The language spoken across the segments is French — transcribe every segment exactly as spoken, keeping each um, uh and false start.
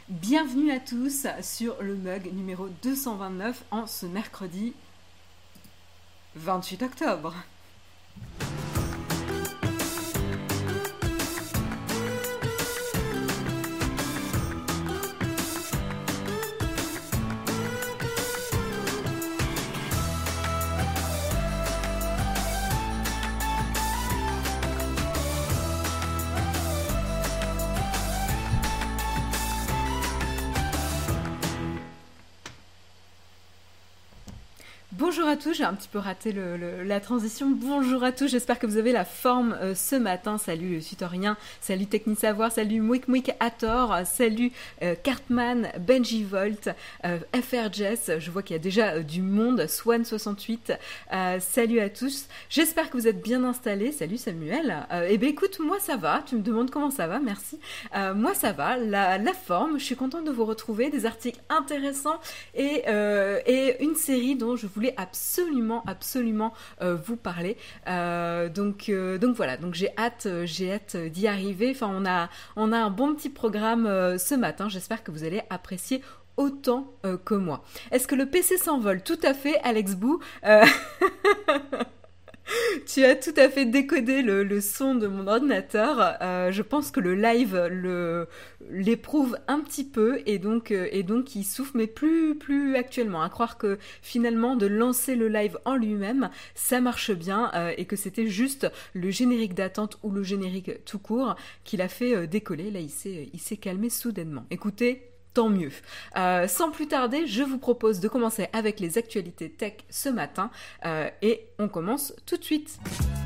Bienvenue à tous sur le mug numéro deux cent vingt-neuf en ce mercredi vingt-huit octobre. Bonjour à tous, j'ai un petit peu raté le, le, la transition. Bonjour à tous, j'espère que vous avez la forme euh, ce matin. Salut le tutorien, salut Technisavoir, salut Mouik Mouik Hathor, salut euh, Cartman, Benji Volt, euh, F R Jess, je vois qu'il y a déjà euh, du monde, Swan soixante-huit, euh, salut à tous. J'espère que vous êtes bien installés. Salut Samuel. Euh, eh bien écoute, moi ça va, tu me demandes comment ça va, merci. Euh, moi ça va, la, la forme, je suis contente de vous retrouver, des articles intéressants et, euh, et une série dont je voulais absolument, absolument euh, vous parler. Euh, donc, euh, donc voilà, donc j'ai hâte, euh, j'ai hâte d'y arriver. Enfin, on a, on a un bon petit programme euh, ce matin. J'espère que vous allez apprécier autant euh, que moi. Est-ce que le P C s'envole? Tout à fait, Alex Bou. Euh... Tu as tout à fait décodé le, le son de mon ordinateur. Euh, je pense que le live le, l'éprouve un petit peu et donc, euh, et donc il souffle, mais plus, plus actuellement. À croire que finalement de lancer le live en lui-même, ça marche bien euh, et que c'était juste le générique d'attente ou le générique tout court qui l'a fait euh, décoller. Là, il s'est, il s'est calmé soudainement. Écoutez, tant mieux. Euh, sans plus tarder, je vous propose de commencer avec les actualités tech ce matin euh, et on commence tout de suite.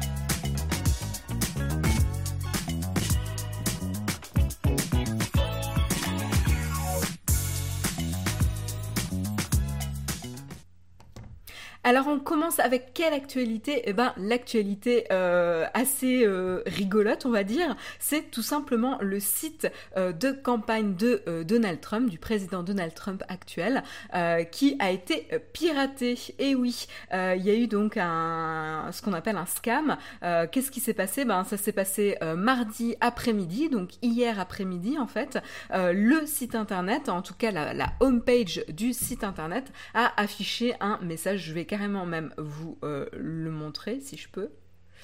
Alors on commence avec quelle actualité? Eh ben l'actualité euh, assez euh, rigolote on va dire, c'est tout simplement le site euh, de campagne de euh, Donald Trump, du président Donald Trump actuel, euh, qui a été piraté. Et oui, euh, il y a eu donc un, ce qu'on appelle un scam. Euh, qu'est-ce qui s'est passé? Ben ça s'est passé euh, mardi après-midi, donc hier après-midi en fait. Euh, le site internet, en tout cas la, la homepage du site internet, a affiché un message. Je vais carrément même vous euh, le montrer si je peux.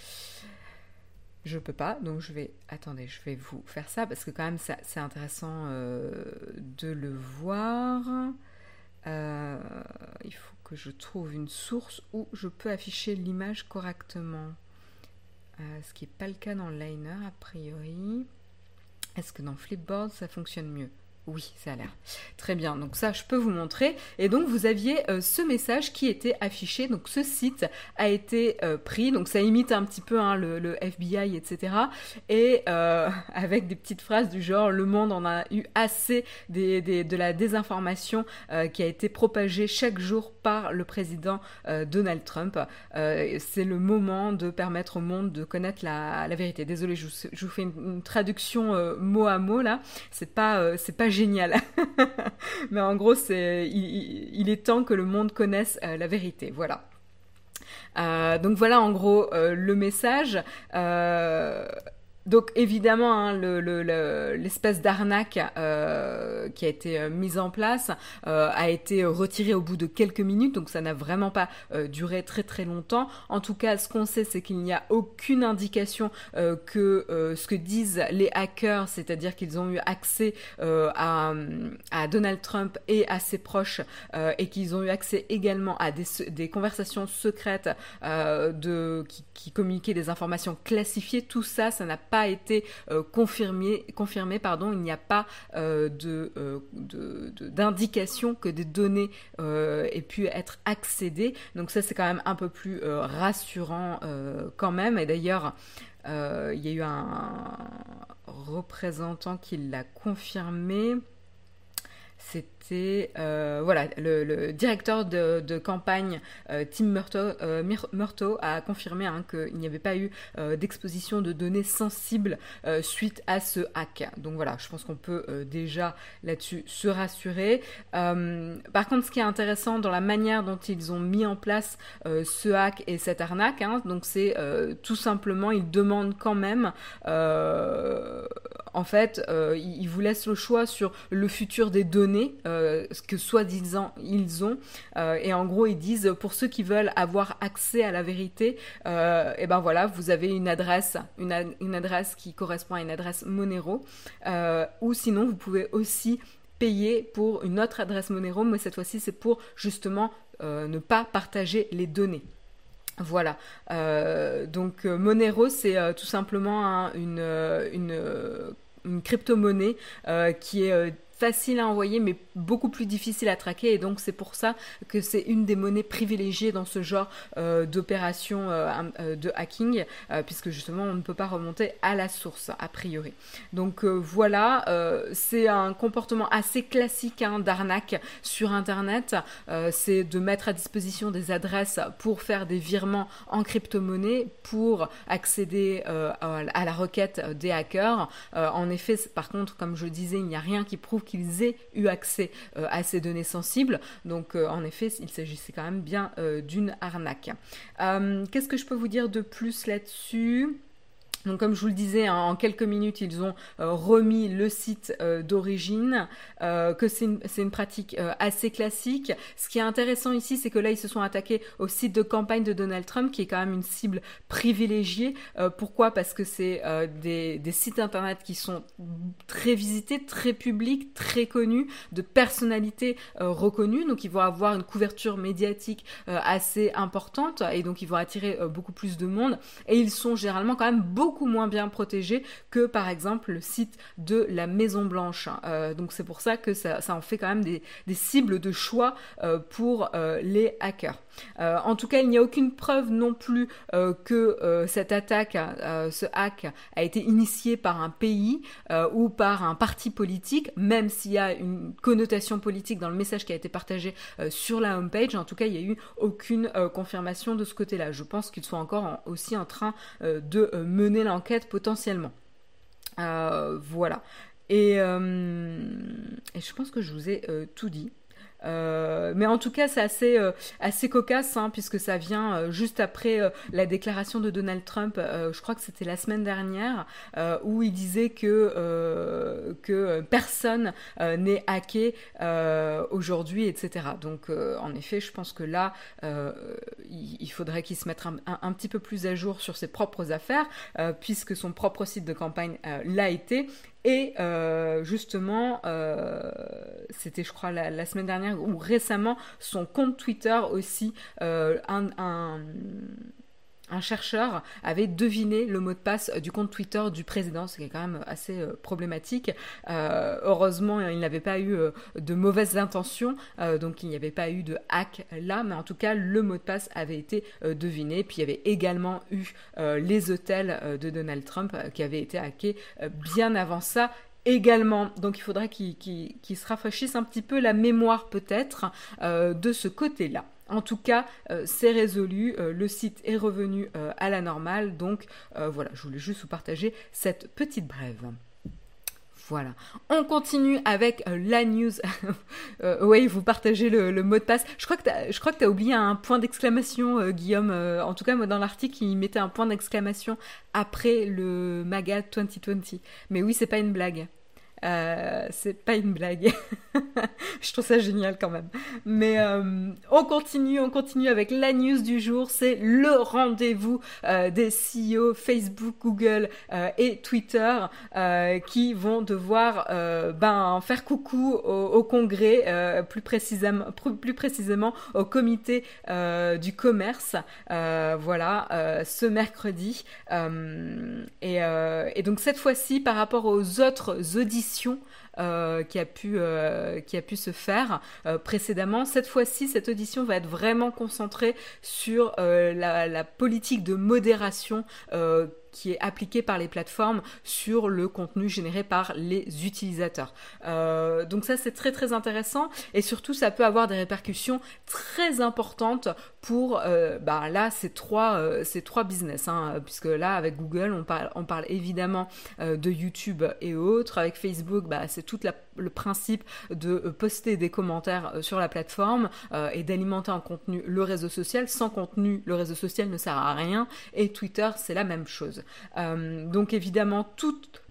Je peux pas, donc je vais... Attendez, je vais vous faire ça parce que quand même ça, c'est intéressant euh, de le voir. Euh, il faut que je trouve une source où je peux afficher l'image correctement. Euh, ce qui n'est pas le cas dans Liner a priori. Est-ce que dans Flipboard ça fonctionne mieux? Oui, ça a l'air. Très bien, donc ça je peux vous montrer. Et donc vous aviez euh, ce message qui était affiché, donc ce site a été euh, pris, donc ça imite un petit peu hein, le, le F B I, et cetera. Et euh, avec des petites phrases du genre « Le monde en a eu assez des, des, de la désinformation euh, qui a été propagée chaque jour par le président euh, Donald Trump. Euh, c'est le moment de permettre au monde de connaître la, la vérité. » Désolée, je, je vous fais une, une traduction euh, mot à mot là, c'est pas, euh, c'est pas génial. Mais en gros, c'est, il, il est temps que le monde connaisse euh, la vérité. Voilà. Euh, donc voilà en gros euh, le message. Euh, donc évidemment, hein, le, le, le, l'espèce d'arnaque euh, qui a été euh, mise en place euh, a été retirée au bout de quelques minutes, donc ça n'a vraiment pas euh, duré très très longtemps. En tout cas, ce qu'on sait, c'est qu'il n'y a aucune indication euh, que euh, ce que disent les hackers, c'est-à-dire qu'ils ont eu accès euh, à, à Donald Trump et à ses proches euh, et qu'ils ont eu accès également à des, des conversations secrètes euh, de, qui, qui communiquaient des informations classifiées. Tout ça, ça n'a pas été euh, confirmé, confirmé pardon, il n'y a pas euh, de, euh, de, de, d'indication que des données euh, aient pu être accédées. Donc ça, c'est quand même un peu plus euh, rassurant euh, quand même. Et d'ailleurs, euh, il y a eu un représentant qui l'a confirmé. C'était euh, voilà, le, le directeur de, de campagne euh, Tim Murtaugh, euh, Murtaugh a confirmé hein, qu'il n'y avait pas eu euh, d'exposition de données sensibles euh, suite à ce hack. Donc voilà, je pense qu'on peut euh, déjà là-dessus se rassurer. Euh, par contre, ce qui est intéressant dans la manière dont ils ont mis en place euh, ce hack et cette arnaque, hein, donc c'est euh, tout simplement, ils demandent quand même euh, en fait, euh, ils vous laissent le choix sur le futur des données euh, que soi-disant ils ont. Euh, et en gros, ils disent, pour ceux qui veulent avoir accès à la vérité, euh, et ben voilà, vous avez une adresse, une, a- une adresse qui correspond à une adresse Monero. Euh, ou sinon, vous pouvez aussi payer pour une autre adresse Monero, mais cette fois-ci, c'est pour justement euh, ne pas partager les données. Voilà, euh, donc euh, Monero, c'est euh, tout simplement hein, une, euh, une, euh, une crypto-monnaie euh, qui est euh, facile à envoyer mais beaucoup plus difficile à traquer, et donc c'est pour ça que c'est une des monnaies privilégiées dans ce genre euh, d'opération euh, euh, de hacking, euh, puisque justement on ne peut pas remonter à la source a priori. Donc euh, voilà, euh, c'est un comportement assez classique hein, d'arnaque sur internet, euh, c'est de mettre à disposition des adresses pour faire des virements en crypto-monnaie pour accéder euh, à la requête des hackers. Euh, en effet, par contre, comme je disais, il n'y a rien qui prouve qu'ils aient eu accès euh, à ces données sensibles. Donc, euh, en effet, il s'agissait quand même bien euh, d'une arnaque. Euh, qu'est-ce que je peux vous dire de plus là-dessus ? Donc comme je vous le disais, hein, en quelques minutes, ils ont euh, remis le site euh, d'origine, euh, que c'est une, c'est une pratique euh, assez classique. Ce qui est intéressant ici, c'est que là, ils se sont attaqués au site de campagne de Donald Trump, qui est quand même une cible privilégiée. Euh, pourquoi ? Parce que c'est euh, des, des sites internet qui sont très visités, très publics, très connus, de personnalités euh, reconnues. Donc ils vont avoir une couverture médiatique euh, assez importante, et donc ils vont attirer euh, beaucoup plus de monde. Et ils sont généralement quand même beaucoup beaucoup moins bien protégé que par exemple le site de la Maison Blanche. Euh, donc c'est pour ça que ça, ça en fait quand même des, des cibles de choix euh, pour euh, les hackers. Euh, en tout cas, il n'y a aucune preuve non plus euh, que euh, cette attaque, euh, ce hack a été initié par un pays euh, ou par un parti politique, même s'il y a une connotation politique dans le message qui a été partagé euh, sur la homepage. En tout cas, il n'y a eu aucune euh, confirmation de ce côté-là. Je pense qu'ils sont encore en, aussi en train euh, de euh, mener l'enquête potentiellement. Euh, voilà. Et, euh, et je pense que je vous ai euh, tout dit. Euh, mais en tout cas, c'est assez, euh, assez cocasse, hein, puisque ça vient euh, juste après euh, la déclaration de Donald Trump, euh, je crois que c'était la semaine dernière, euh, où il disait que, euh, que personne euh, n'est hacké euh, aujourd'hui, et cetera. Donc, euh, en effet, je pense que là, euh, il, il faudrait qu'il se mette un, un, un petit peu plus à jour sur ses propres affaires, euh, puisque son propre site de campagne euh, l'a été. Et euh, justement, euh, c'était je crois la, la semaine dernière ou récemment, son compte Twitter aussi, euh, un, un, un chercheur avait deviné le mot de passe du compte Twitter du président, ce qui est quand même assez euh, problématique. Euh, heureusement, il n'avait pas eu euh, de mauvaises intentions, euh, donc il n'y avait pas eu de hack là, mais en tout cas, le mot de passe avait été euh, deviné. Puis il y avait également eu euh, les hôtels euh, de Donald Trump euh, qui avaient été hackés euh, bien avant ça également. Donc il faudrait qu'il, qu'il, qu'il se rafraîchisse un petit peu la mémoire peut-être euh, de ce côté-là. En tout cas, euh, c'est résolu, euh, le site est revenu euh, à la normale, donc euh, voilà, je voulais juste vous partager cette petite brève. Voilà. On continue avec euh, la news. euh, oui, vous partagez le, le mot de passe. Je crois que t'as, je crois que t'as oublié un point d'exclamation, euh, Guillaume. Euh, en tout cas, moi, dans l'article, il mettait un point d'exclamation après le MAGA vingt vingt. Mais oui, c'est pas une blague. Euh, c'est pas une blague. Je trouve ça génial quand même. Mais euh, on continue, on continue avec la news du jour. C'est le rendez-vous euh, des C E O Facebook, Google euh, et Twitter euh, qui vont devoir euh, ben, faire coucou au, au congrès, euh, plus précisément, plus précisément au comité euh, du commerce. Euh, voilà, euh, ce mercredi. Euh, et, euh, et donc cette fois-ci, par rapport aux autres auditions Euh, qui a pu euh, qui a pu se faire euh, précédemment. Cette fois-ci, cette audition va être vraiment concentrée sur euh, la, la politique de modération euh, qui est appliquée par les plateformes sur le contenu généré par les utilisateurs. Euh, donc ça, c'est très très intéressant et surtout, ça peut avoir des répercussions très importantes pour euh, bah, là, ces trois, euh, ces trois business, hein, puisque là, avec Google, on parle, on parle évidemment euh, de YouTube et autres. Avec Facebook, bah, c'est tout la, le principe de poster des commentaires euh, sur la plateforme euh, et d'alimenter en contenu le réseau social. Sans contenu, le réseau social ne sert à rien. Et Twitter, c'est la même chose. Euh, donc évidemment, toute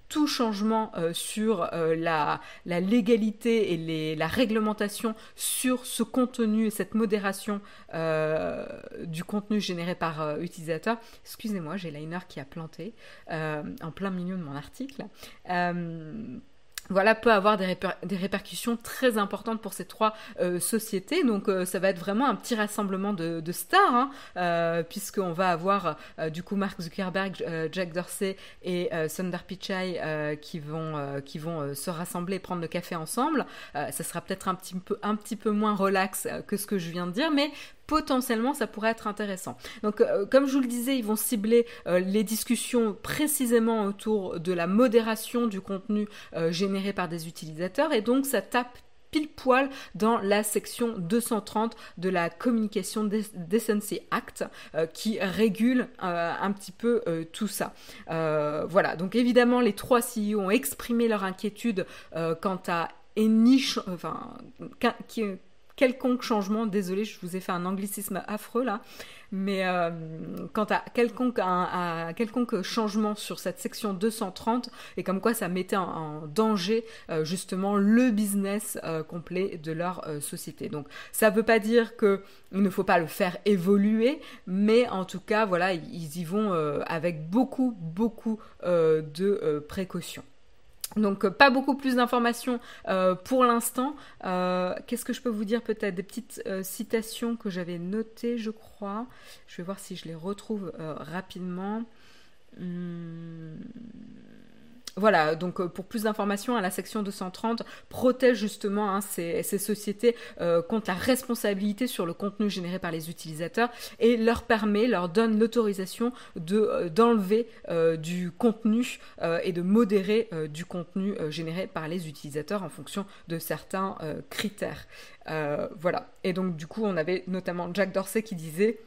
tout changement euh, sur euh, la, la légalité et les, la réglementation sur ce contenu et cette modération euh, du contenu généré par euh, utilisateur. Excusez-moi, j'ai Liner qui a planté euh, en plein milieu de mon article. Euh, Voilà, peut avoir des, réper- des répercussions très importantes pour ces trois euh, sociétés. Donc, euh, ça va être vraiment un petit rassemblement de, de stars, hein, euh, puisqu'on va avoir euh, du coup Mark Zuckerberg, euh, Jack Dorsey et euh, Sundar Pichai euh, qui vont, euh, qui vont euh, se rassembler et prendre le café ensemble. Euh, ça sera peut-être un petit peu, un petit peu moins relax euh, que ce que je viens de dire, mais potentiellement ça pourrait être intéressant. Donc euh, comme je vous le disais, ils vont cibler euh, les discussions précisément autour de la modération du contenu euh, généré par des utilisateurs, et donc ça tape pile poil dans la section deux cent trente de la Communication Decency Act euh, qui régule euh, un petit peu euh, tout ça. Euh, voilà, donc évidemment les trois C E O ont exprimé leur inquiétude euh, quant à any, enfin, qui quelconque changement, désolé, je vous ai fait un anglicisme affreux là, mais euh, quant à quelconque, à, à quelconque changement sur cette section deux cent trente, et comme quoi ça mettait en, en danger euh, justement le business euh, complet de leur euh, société. Donc ça ne veut pas dire qu'il ne faut pas le faire évoluer, mais en tout cas, voilà, ils y vont euh, avec beaucoup, beaucoup euh, de euh, précautions. Donc euh, pas beaucoup plus d'informations euh, pour l'instant. Euh, qu'est-ce que je peux vous dire peut-être? Des petites euh, citations que j'avais notées, je crois. Je vais voir si je les retrouve euh, rapidement. Hum... Voilà, donc euh, pour plus d'informations, à la section deux cent trente protège justement hein, ces, ces sociétés euh, contre la responsabilité sur le contenu généré par les utilisateurs et leur permet, leur donne l'autorisation de, euh, d'enlever euh, du contenu euh, et de modérer euh, du contenu euh, généré par les utilisateurs en fonction de certains euh, critères. Euh, voilà, et donc du coup on avait notamment Jack Dorsey qui disait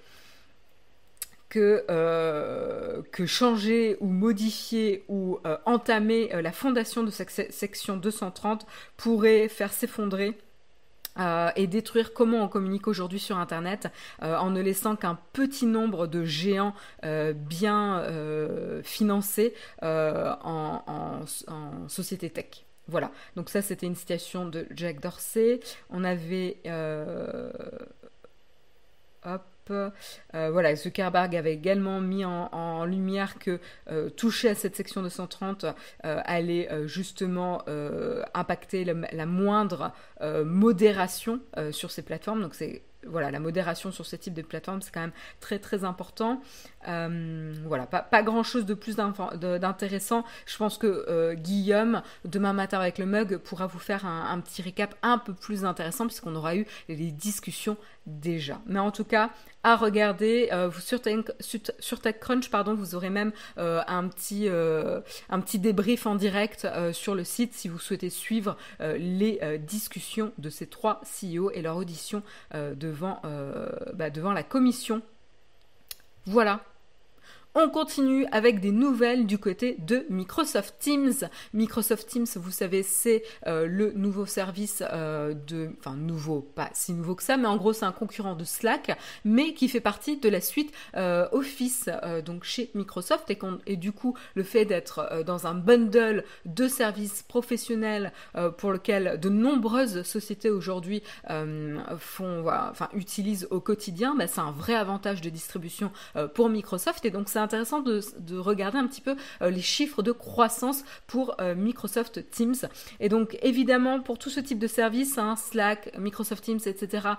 Que, euh, que changer ou modifier ou euh, entamer euh, la fondation de cette section deux cent trente pourrait faire s'effondrer euh, et détruire comment on communique aujourd'hui sur Internet euh, en ne laissant qu'un petit nombre de géants euh, bien euh, financés euh, en, en, en société tech. Voilà, donc ça c'était une citation de Jack Dorsey. On avait... Euh, hop... Euh, voilà, Zuckerberg avait également mis en, en lumière que euh, toucher à cette section deux cent trente euh, allait euh, justement euh, impacter le, la moindre euh, modération euh, sur ces plateformes. Donc c'est voilà, la modération sur ce type de plateforme, c'est quand même très très important. Euh, voilà, pas, pas grand chose de plus d'intéressant. Je pense que euh, Guillaume, demain matin avec le mug, pourra vous faire un, un petit récap un peu plus intéressant puisqu'on aura eu les discussions déjà. Mais en tout cas, à regarder euh, sur, sur, sur TechCrunch, pardon, vous aurez même euh, un, petit, euh, un petit débrief en direct euh, sur le site si vous souhaitez suivre euh, les euh, discussions de ces trois C E O et leur audition euh, devant, euh, bah, devant la commission. Voilà. On continue avec des nouvelles du côté de Microsoft Teams. Microsoft Teams, vous savez, c'est euh, le nouveau service euh, de... Enfin, nouveau, pas si nouveau que ça, mais en gros, c'est un concurrent de Slack, mais qui fait partie de la suite euh, Office, euh, donc chez Microsoft. Et, et du coup, le fait d'être euh, dans un bundle de services professionnels euh, pour lequel de nombreuses sociétés aujourd'hui euh, font, voilà, enfin, utilisent au quotidien, bah, c'est un vrai avantage de distribution euh, pour Microsoft. Et donc, c'est intéressant de, de regarder un petit peu euh, les chiffres de croissance pour euh, Microsoft Teams. Et donc, évidemment, pour tout ce type de service, hein, Slack, Microsoft Teams, et cetera,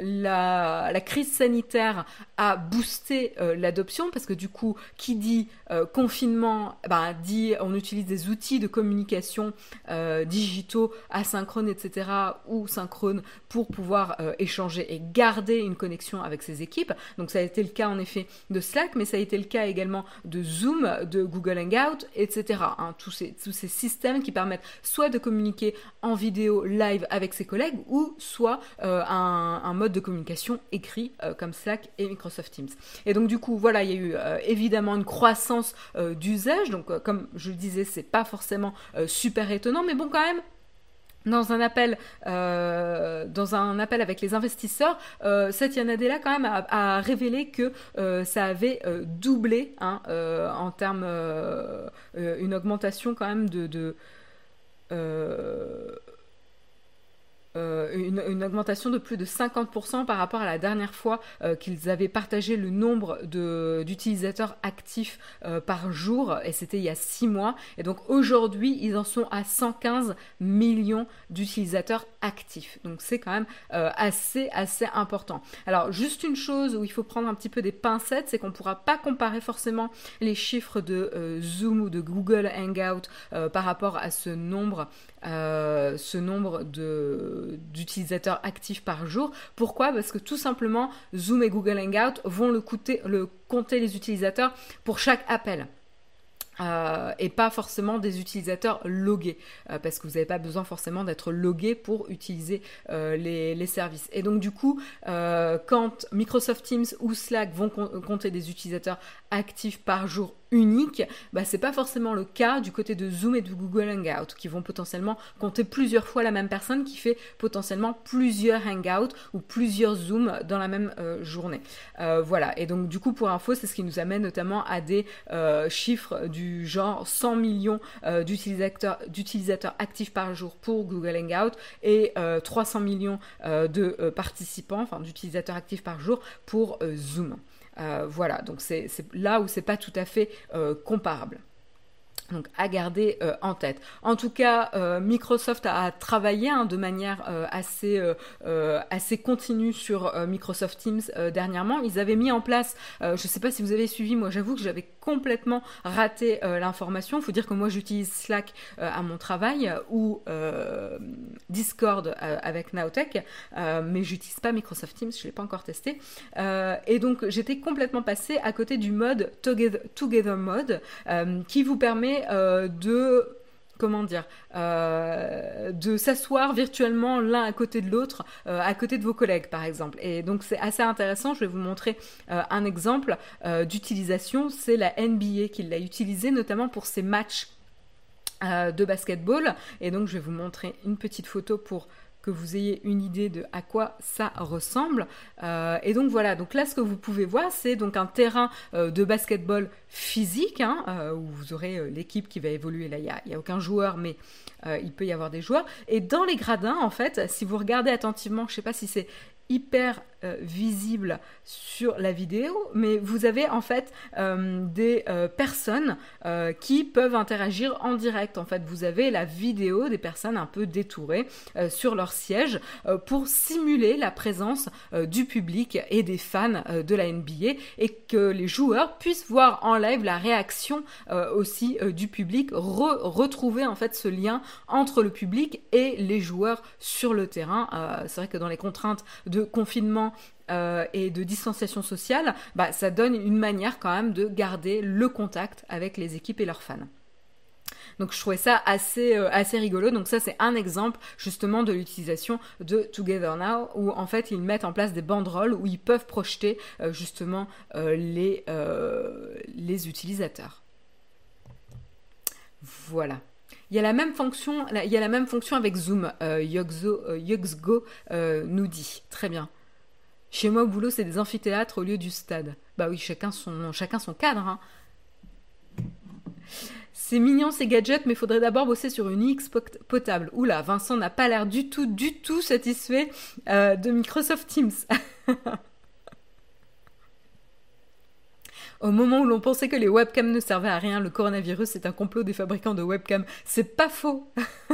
la, la crise sanitaire a boosté euh, l'adoption parce que du coup, qui dit euh, confinement, bah, dit on utilise des outils de communication euh, digitaux, asynchrones, et cetera, ou synchrones pour pouvoir euh, échanger et garder une connexion avec ses équipes. Donc, ça a été le cas en effet de Slack, mais ça a été le cas également également de Zoom, de Google Hangout, et cetera. Hein, tous, ces, tous ces systèmes qui permettent soit de communiquer en vidéo live avec ses collègues, ou soit euh, un, un mode de communication écrit euh, comme Slack et Microsoft Teams. Et donc du coup, voilà, il y a eu euh, évidemment une croissance euh, d'usage. Donc euh, comme je le disais, c'est pas forcément euh, super étonnant, mais bon quand même, Dans un appel, euh, dans un appel avec les investisseurs, euh, Satya Nadella quand même a, a révélé que euh, ça avait euh, doublé hein, euh, en termes euh, euh, une augmentation quand même de, de euh, Euh, une, une augmentation de plus de cinquante pour cent par rapport à la dernière fois euh, qu'ils avaient partagé le nombre de, d'utilisateurs actifs euh, par jour, et c'était il y a six mois. Et donc aujourd'hui, ils en sont à cent quinze millions d'utilisateurs actifs. Donc c'est quand même euh, assez, assez important. Alors juste une chose où il faut prendre un petit peu des pincettes, c'est qu'on ne pourra pas comparer forcément les chiffres de euh, Zoom ou de Google Hangout euh, par rapport à ce nombre Euh, ce nombre de, d'utilisateurs actifs par jour. Pourquoi ? Parce que tout simplement, Zoom et Google Hangout vont le, coûter, le compter les utilisateurs pour chaque appel. Euh, et pas forcément des utilisateurs logués, euh, parce que vous n'avez pas besoin forcément d'être logué pour utiliser euh, les, les services. Et donc du coup, euh, quand Microsoft Teams ou Slack vont com- compter des utilisateurs actifs par jour unique, bah, c'est pas forcément le cas du côté de Zoom et de Google Hangout, qui vont potentiellement compter plusieurs fois la même personne, qui fait potentiellement plusieurs Hangouts ou plusieurs Zooms dans la même euh, journée. Euh, voilà, et donc du coup pour info, c'est ce qui nous amène notamment à des euh, chiffres du genre cent millions euh, d'utilisateurs, d'utilisateurs actifs par jour pour Google Hangout et euh, trois cents millions euh, de euh, participants, enfin d'utilisateurs actifs par jour pour euh, Zoom. Euh, voilà, donc c'est, c'est là où c'est pas tout à fait euh, comparable. Donc à garder euh, en tête. En tout cas, euh, Microsoft a, a travaillé hein, de manière euh, assez, euh, euh, assez continue sur euh, Microsoft Teams euh, dernièrement. Ils avaient mis en place, euh, je ne sais pas si vous avez suivi, moi j'avoue que j'avais complètement raté euh, l'information. Il faut dire que moi j'utilise Slack euh, à mon travail euh, ou euh, Discord euh, avec Nowtech, euh, mais j'utilise pas Microsoft Teams, je ne l'ai pas encore testé. Euh, et donc j'étais complètement passée à côté du mode Together, Together Mode euh, qui vous permet Euh, de comment dire euh, de s'asseoir virtuellement l'un à côté de l'autre euh, à côté de vos collègues par exemple, et donc c'est assez intéressant. Je vais vous montrer euh, un exemple euh, d'utilisation. C'est la N B A qui l'a utilisé notamment pour ses matchs euh, de basketball, et donc je vais vous montrer une petite photo pour que vous ayez une idée de à quoi ça ressemble. Euh, et donc voilà, donc là ce que vous pouvez voir, c'est donc un terrain euh, de basketball physique, hein, euh, où vous aurez euh, l'équipe qui va évoluer. Là, il n'y a, y a aucun joueur, mais euh, il peut y avoir des joueurs. Et dans les gradins, en fait, si vous regardez attentivement, je ne sais pas si c'est hyper euh, visible sur la vidéo, mais vous avez en fait euh, des euh, personnes euh, qui peuvent interagir en direct. En fait, vous avez la vidéo des personnes un peu détourées euh, sur leur siège euh, pour simuler la présence euh, du public et des fans euh, de la N B A, et que les joueurs puissent voir en live la réaction euh, aussi euh, du public, re- retrouver en fait ce lien entre le public et les joueurs sur le terrain. Euh, c'est vrai que dans les contraintes de confinement euh, et de distanciation sociale, bah, ça donne une manière quand même de garder le contact avec les équipes et leurs fans. Donc je trouvais ça assez, euh, assez rigolo. Donc ça c'est un exemple justement de l'utilisation de Together Now, où en fait ils mettent en place des banderoles où ils peuvent projeter euh, justement euh, les, euh, les utilisateurs. Voilà. Il y a la même fonction, il y a la même fonction avec Zoom. Euh, Yuxgo, euh, Yuxgo euh, nous dit très bien. Chez moi au boulot c'est des amphithéâtres au lieu du stade. Bah oui, chacun son, chacun son cadre. Hein. C'est mignon ces gadgets, mais il faudrait d'abord bosser sur une X potable. Oula, Vincent n'a pas l'air du tout, du tout satisfait euh, de Microsoft Teams. Au moment où l'on pensait que les webcams ne servaient à rien, le coronavirus est un complot des fabricants de webcams. C'est pas faux.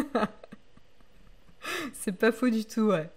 C'est pas faux du tout, ouais.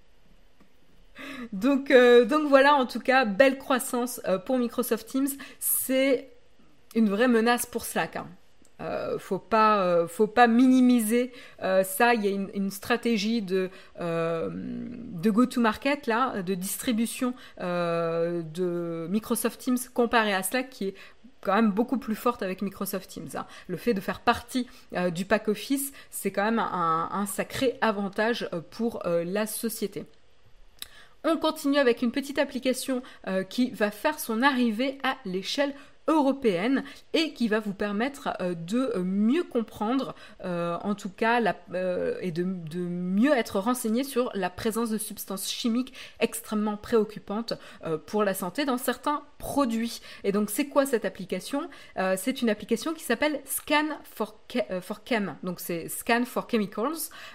Donc, euh, donc voilà, en tout cas, belle croissance euh, pour Microsoft Teams. C'est une vraie menace pour Slack. Hein. Euh, faut pas, euh, faut pas minimiser euh, ça. Il y a une, une stratégie de, euh, de go-to-market là, de distribution euh, de Microsoft Teams comparé à Slack qui est quand même beaucoup plus forte avec Microsoft Teams. Hein. Le fait de faire partie euh, du pack Office, c'est quand même un, un sacré avantage pour euh, la société. On continue avec une petite application euh, qui va faire son arrivée à l'échelle européenne et qui va vous permettre euh, de mieux comprendre, euh, en tout cas, la, euh, et de, de mieux être renseigné sur la présence de substances chimiques extrêmement préoccupantes euh, pour la santé dans certains produits. Et donc, c'est quoi cette application? euh, C'est une application qui s'appelle Scan for, Ke- for Chem. Donc, c'est Scan for Chemicals.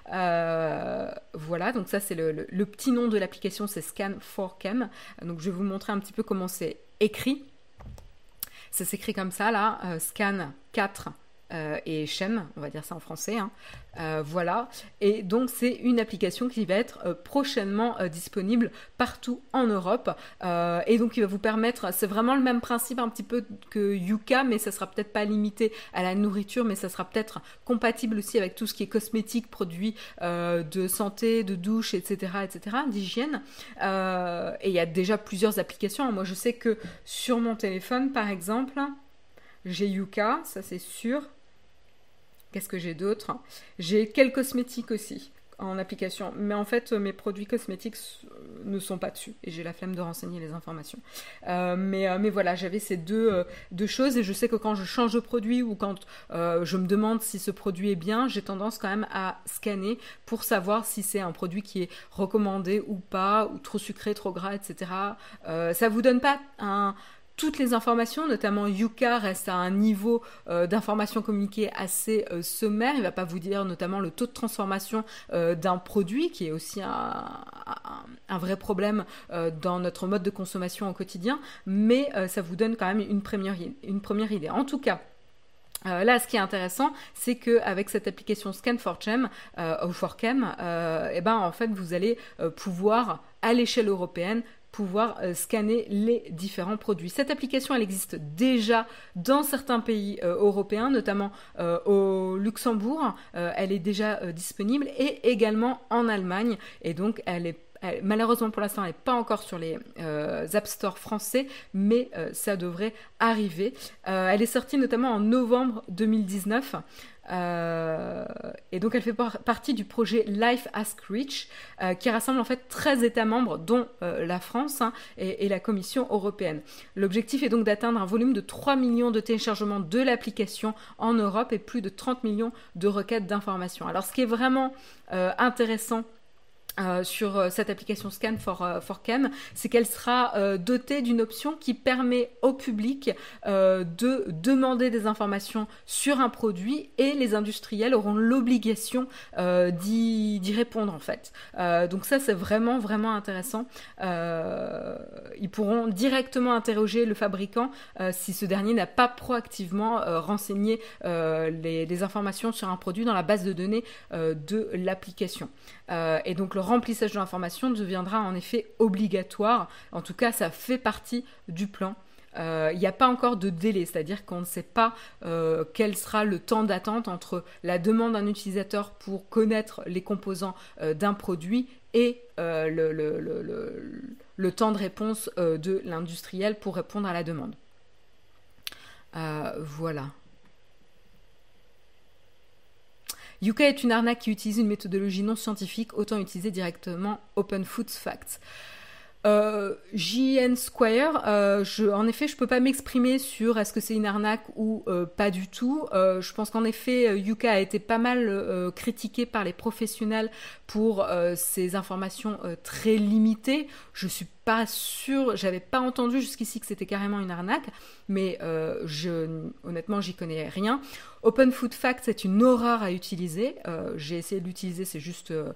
Euh, voilà, donc ça, c'est le, le, le petit nom de l'application, c'est Scan for Chem. Donc, je vais vous montrer un petit peu comment c'est écrit. Ça s'écrit comme ça, là, euh, Scan quatre euh, et Chem, on va dire ça en français. Hein. Euh, voilà. Et donc, c'est une application qui va être euh, prochainement euh, disponible partout en Europe. Euh, et donc, il va vous permettre, c'est vraiment le même principe un petit peu que Yuka, mais ça sera peut-être pas limité à la nourriture, mais ça sera peut-être compatible aussi avec tout ce qui est cosmétique, produits euh, de santé, de douche, et cetera, et cetera, d'hygiène. Euh, et il y a déjà plusieurs applications. Moi, je sais que sur mon téléphone, par exemple, j'ai Yuka, ça c'est sûr. Qu'est-ce que j'ai d'autre? J'ai quelques cosmétiques aussi en application, mais en fait mes produits cosmétiques ne sont pas dessus et j'ai la flemme de renseigner les informations. Euh, mais, euh, mais voilà, j'avais ces deux, euh, deux choses et je sais que quand je change de produit ou quand euh, je me demande si ce produit est bien, j'ai tendance quand même à scanner pour savoir si c'est un produit qui est recommandé ou pas, ou trop sucré, trop gras, et cetera. Euh, ça vous donne pas un... toutes les informations, notamment Yuka reste à un niveau euh, d'information communiquée assez euh, sommaire. Il ne va pas vous dire notamment le taux de transformation euh, d'un produit, qui est aussi un, un, un vrai problème euh, dans notre mode de consommation au quotidien, mais euh, ça vous donne quand même une première, une première idée. En tout cas, Euh, là, ce qui est intéressant, c'est qu'avec cette application Scan for Chem, euh, ou for Chem, euh, eh ben, en fait, vous allez euh, pouvoir, à l'échelle européenne, pouvoir euh, scanner les différents produits. Cette application, elle existe déjà dans certains pays euh, européens, notamment euh, au Luxembourg. Euh, elle est déjà euh, disponible et également en Allemagne. Et donc, elle est Elle, malheureusement pour l'instant, elle n'est pas encore sur les euh, App Store français, mais euh, ça devrait arriver. Euh, elle est sortie notamment en novembre deux mille dix-neuf. Euh, et donc elle fait par- partie du projet Life Ask Reach, euh, qui rassemble en fait treize États membres, dont euh, la France hein, et, et la Commission européenne. L'objectif est donc d'atteindre un volume de trois millions de téléchargements de l'application en Europe et plus de trente millions de requêtes d'information. Alors ce qui est vraiment euh, intéressant Euh, sur euh, cette application Scan for, uh, for Chem, c'est qu'elle sera euh, dotée d'une option qui permet au public euh, de demander des informations sur un produit et les industriels auront l'obligation euh, d'y, d'y répondre en fait. Euh, donc ça c'est vraiment vraiment intéressant. Euh, ils pourront directement interroger le fabricant euh, si ce dernier n'a pas proactivement euh, renseigné euh, les, les informations sur un produit dans la base de données euh, de l'application. Euh, et donc le remplissage de l'information deviendra en effet obligatoire. En tout cas, ça fait partie du plan. Euh, il n'y a pas encore de délai, c'est-à-dire qu'on ne sait pas euh, quel sera le temps d'attente entre la demande d'un utilisateur pour connaître les composants euh, d'un produit et euh, le, le, le, le, le temps de réponse euh, de l'industriel pour répondre à la demande. Euh, voilà. Yuka est une arnaque qui utilise une méthodologie non scientifique, autant utiliser directement Open Food Facts. Euh, J N Squire, euh, je, en effet, je ne peux pas m'exprimer sur est-ce que c'est une arnaque ou euh, pas du tout. Euh, je pense qu'en effet, Yuka a été pas mal euh, critiqué par les professionnels pour euh, ses informations euh, très limitées. Je suis pas sûre, j'avais pas entendu jusqu'ici que c'était carrément une arnaque, mais euh, je, honnêtement, j'y connais rien. Open Food Facts, c'est une horreur à utiliser. Euh, j'ai essayé de l'utiliser, c'est juste euh,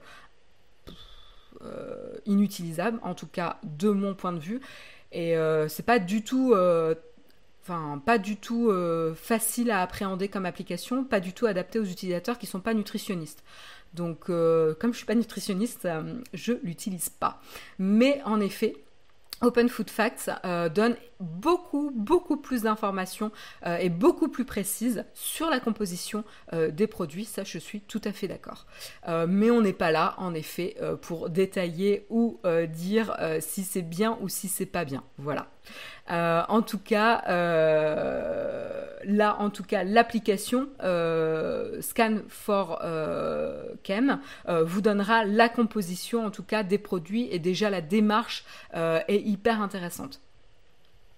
euh, inutilisable, en tout cas de mon point de vue. Et euh, c'est pas du tout, euh, enfin pas du tout euh, facile à appréhender comme application, pas du tout adapté aux utilisateurs qui sont pas nutritionnistes. Donc, euh, comme je suis pas nutritionniste, euh, je l'utilise pas. Mais en effet, Open Food Facts euh, donne beaucoup, beaucoup plus d'informations euh, et beaucoup plus précises sur la composition euh, des produits. Ça, je suis tout à fait d'accord. Euh, mais on n'est pas là, en effet, euh, pour détailler ou euh, dire euh, si c'est bien ou si c'est pas bien. Voilà. Euh, en tout cas, euh, là, en tout cas, l'application euh, Scan for euh, Chem euh, vous donnera la composition, en tout cas, des produits et déjà la démarche euh, est hyper intéressante.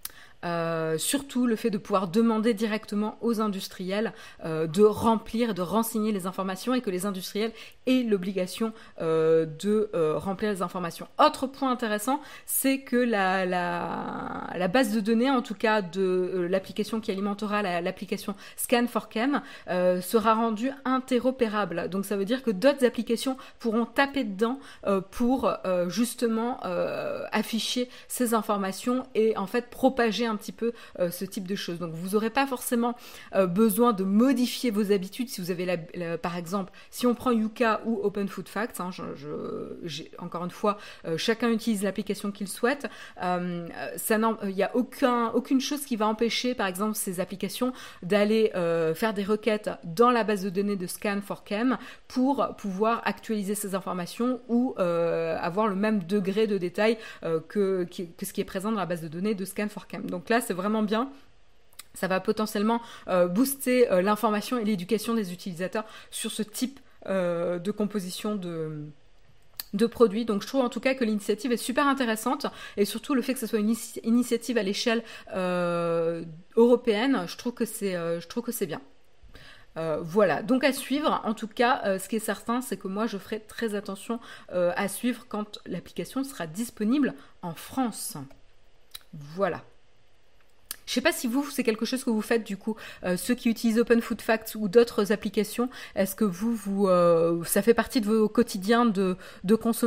Euh, surtout le fait de pouvoir demander directement aux industriels euh, de remplir, de renseigner les informations et que les industriels aient l'obligation euh, de euh, remplir les informations. Autre point intéressant, c'est que la, la, la base de données, en tout cas de euh, l'application qui alimentera la, l'application Scan for Chem, euh, sera rendue interopérable. Donc ça veut dire que d'autres applications pourront taper dedans euh, pour euh, justement euh, afficher ces informations et en fait propager un petit peu euh, ce type de choses. Donc vous n'aurez pas forcément euh, besoin de modifier vos habitudes si vous avez la, la, par exemple, si on prend Yuka ou Open Food Facts, hein, je, je, j'ai, encore une fois, euh, chacun utilise l'application qu'il souhaite. Euh, ça il n'y a aucun, aucune chose qui va empêcher, par exemple, ces applications d'aller euh, faire des requêtes dans la base de données de Scan for Chem pour pouvoir actualiser ces informations ou euh, avoir le même degré de détail euh, que, que ce qui est présent dans la base de données de Scan for Chem. Donc là, c'est vraiment bien. Ça va potentiellement euh, booster euh, l'information et l'éducation des utilisateurs sur ce type euh, de composition de... de produits. Donc je trouve en tout cas que l'initiative est super intéressante et surtout le fait que ce soit une inici- initiative à l'échelle euh, européenne, je trouve que c'est, euh, je trouve que c'est bien. Euh, voilà, donc à suivre. En tout cas, euh, ce qui est certain, c'est que moi je ferai très attention euh, à suivre quand l'application sera disponible en France. Voilà. Je ne sais pas si vous, c'est quelque chose que vous faites du coup, euh, ceux qui utilisent Open Food Facts ou d'autres applications, est-ce que vous, vous euh, ça fait partie de vos quotidiens de, de consommation ?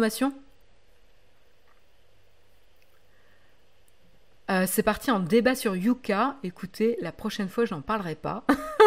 euh, C'est parti en débat sur Yuka. Écoutez, la prochaine fois, j'en parlerai pas.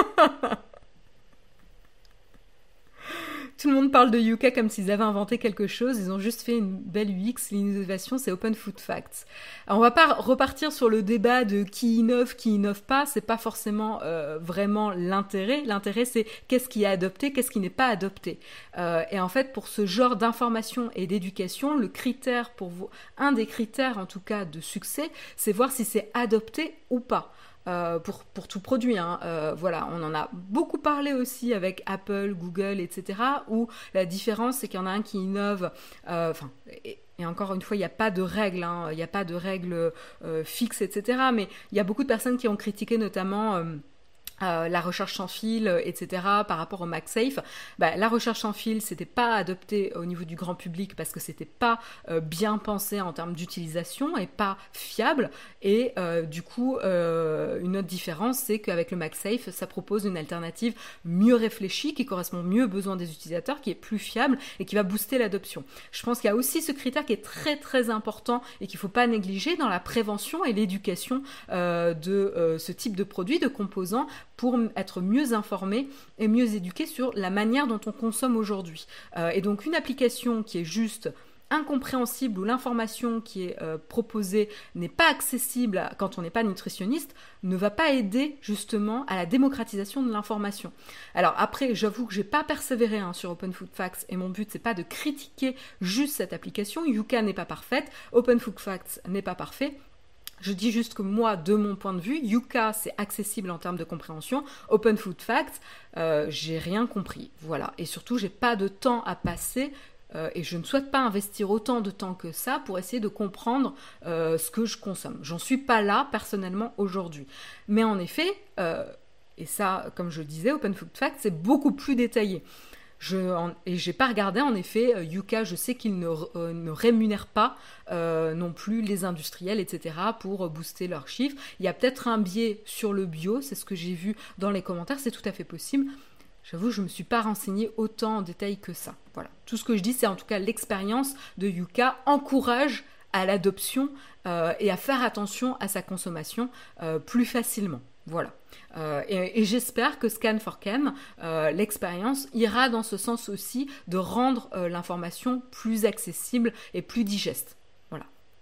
Tout le monde parle de Yuka comme s'ils avaient inventé quelque chose. Ils ont juste fait une belle U X. L'innovation, c'est Open Food Facts. Alors, on va pas repartir sur le débat de qui innove, qui innove pas. C'est pas forcément euh, vraiment l'intérêt. L'intérêt, c'est qu'est-ce qui est adopté, qu'est-ce qui n'est pas adopté. Euh, et en fait, pour ce genre d'information et d'éducation, le critère pour vous, un des critères en tout cas de succès, c'est voir si c'est adopté ou pas. Euh, pour, pour tout produit. Hein. Euh, voilà, on en a beaucoup parlé aussi avec Apple, Google, et cetera. Où la différence, c'est qu'il y en a un qui innove. Enfin, euh, et, et encore une fois, il n'y a pas de règles, hein, il n'y a pas de règles euh, fixes, et cetera. Mais il y a beaucoup de personnes qui ont critiqué notamment. Euh, Euh, la recherche sans fil, et cetera. Par rapport au MagSafe, bah, la recherche sans fil, c'était pas adopté au niveau du grand public parce que c'était pas euh, bien pensé en termes d'utilisation et pas fiable. Et euh, du coup, euh, une autre différence, c'est qu'avec le MagSafe, ça propose une alternative mieux réfléchie, qui correspond mieux aux besoins des utilisateurs, qui est plus fiable et qui va booster l'adoption. Je pense qu'il y a aussi ce critère qui est très très important et qu'il faut pas négliger dans la prévention et l'éducation euh, de euh, ce type de produits, de composants, pour être mieux informé et mieux éduqué sur la manière dont on consomme aujourd'hui. Euh, et donc une application qui est juste incompréhensible, où l'information qui est euh, proposée n'est pas accessible quand on n'est pas nutritionniste, ne va pas aider justement à la démocratisation de l'information. Alors après, j'avoue que j'ai pas persévéré hein, sur Open Food Facts et mon but c'est pas de critiquer juste cette application. Yuka n'est pas parfaite, Open Food Facts n'est pas parfait. Je dis juste que moi, de mon point de vue, Yuka, c'est accessible en termes de compréhension. Open Food Facts, euh, j'ai rien compris. Voilà. Et surtout, j'ai pas de temps à passer euh, et je ne souhaite pas investir autant de temps que ça pour essayer de comprendre euh, ce que je consomme. J'en suis pas là, personnellement, aujourd'hui. Mais en effet, euh, et ça, comme je le disais, Open Food Facts, c'est beaucoup plus détaillé. Je, en, et j'ai pas regardé en effet, euh, Yuka, je sais qu'il ne, euh, ne rémunère pas euh, non plus les industriels, et cetera pour euh, booster leurs chiffres. Il y a peut-être un biais sur le bio, c'est ce que j'ai vu dans les commentaires, c'est tout à fait possible. J'avoue, je me suis pas renseignée autant en détail que ça. Voilà. Tout ce que je dis, c'est en tout cas l'expérience de Yuka encourage à l'adoption euh, et à faire attention à sa consommation euh, plus facilement. Voilà. Euh, et, et j'espère que Scan for Chem, euh, l'expérience, ira dans ce sens aussi de rendre euh, l'information plus accessible et plus digeste. Voilà.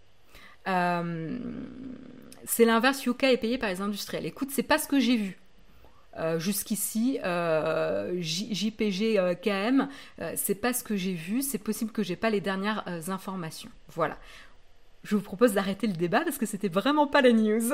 Euh, c'est l'inverse, Yuka est payé par les industriels. Écoute, c'est pas ce que j'ai vu. Euh, jusqu'ici, euh, J P G euh, K M, euh, c'est pas ce que j'ai vu. C'est possible que j'ai pas les dernières euh, informations. Voilà. Je vous propose d'arrêter le débat parce que c'était vraiment pas la news.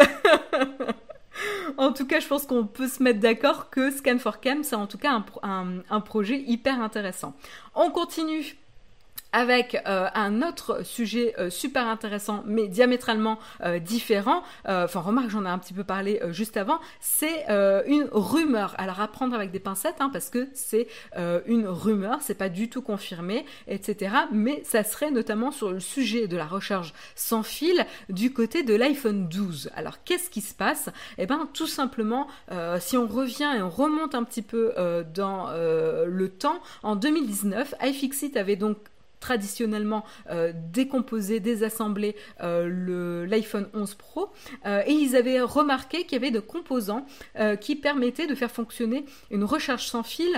En tout cas, je pense qu'on peut se mettre d'accord que Scan for Chem, c'est en tout cas un, un, un projet hyper intéressant. On continue avec euh, un autre sujet euh, super intéressant, mais diamétralement euh, différent. Euh, enfin, remarque, j'en ai un petit peu parlé euh, juste avant. C'est euh, une rumeur. Alors, à prendre avec des pincettes, hein, parce que c'est euh, une rumeur, c'est pas du tout confirmé, et cetera. Mais ça serait notamment sur le sujet de la recharge sans fil du côté de l'iPhone douze. Alors, qu'est-ce qui se passe? Eh bien, tout simplement, euh, si on revient et on remonte un petit peu euh, dans euh, le temps, en deux mille dix-neuf, iFixit avait donc traditionnellement euh, décomposé, désassemblé euh, le, l'iPhone onze Pro euh, et ils avaient remarqué qu'il y avait des composants euh, qui permettaient de faire fonctionner une recharge sans fil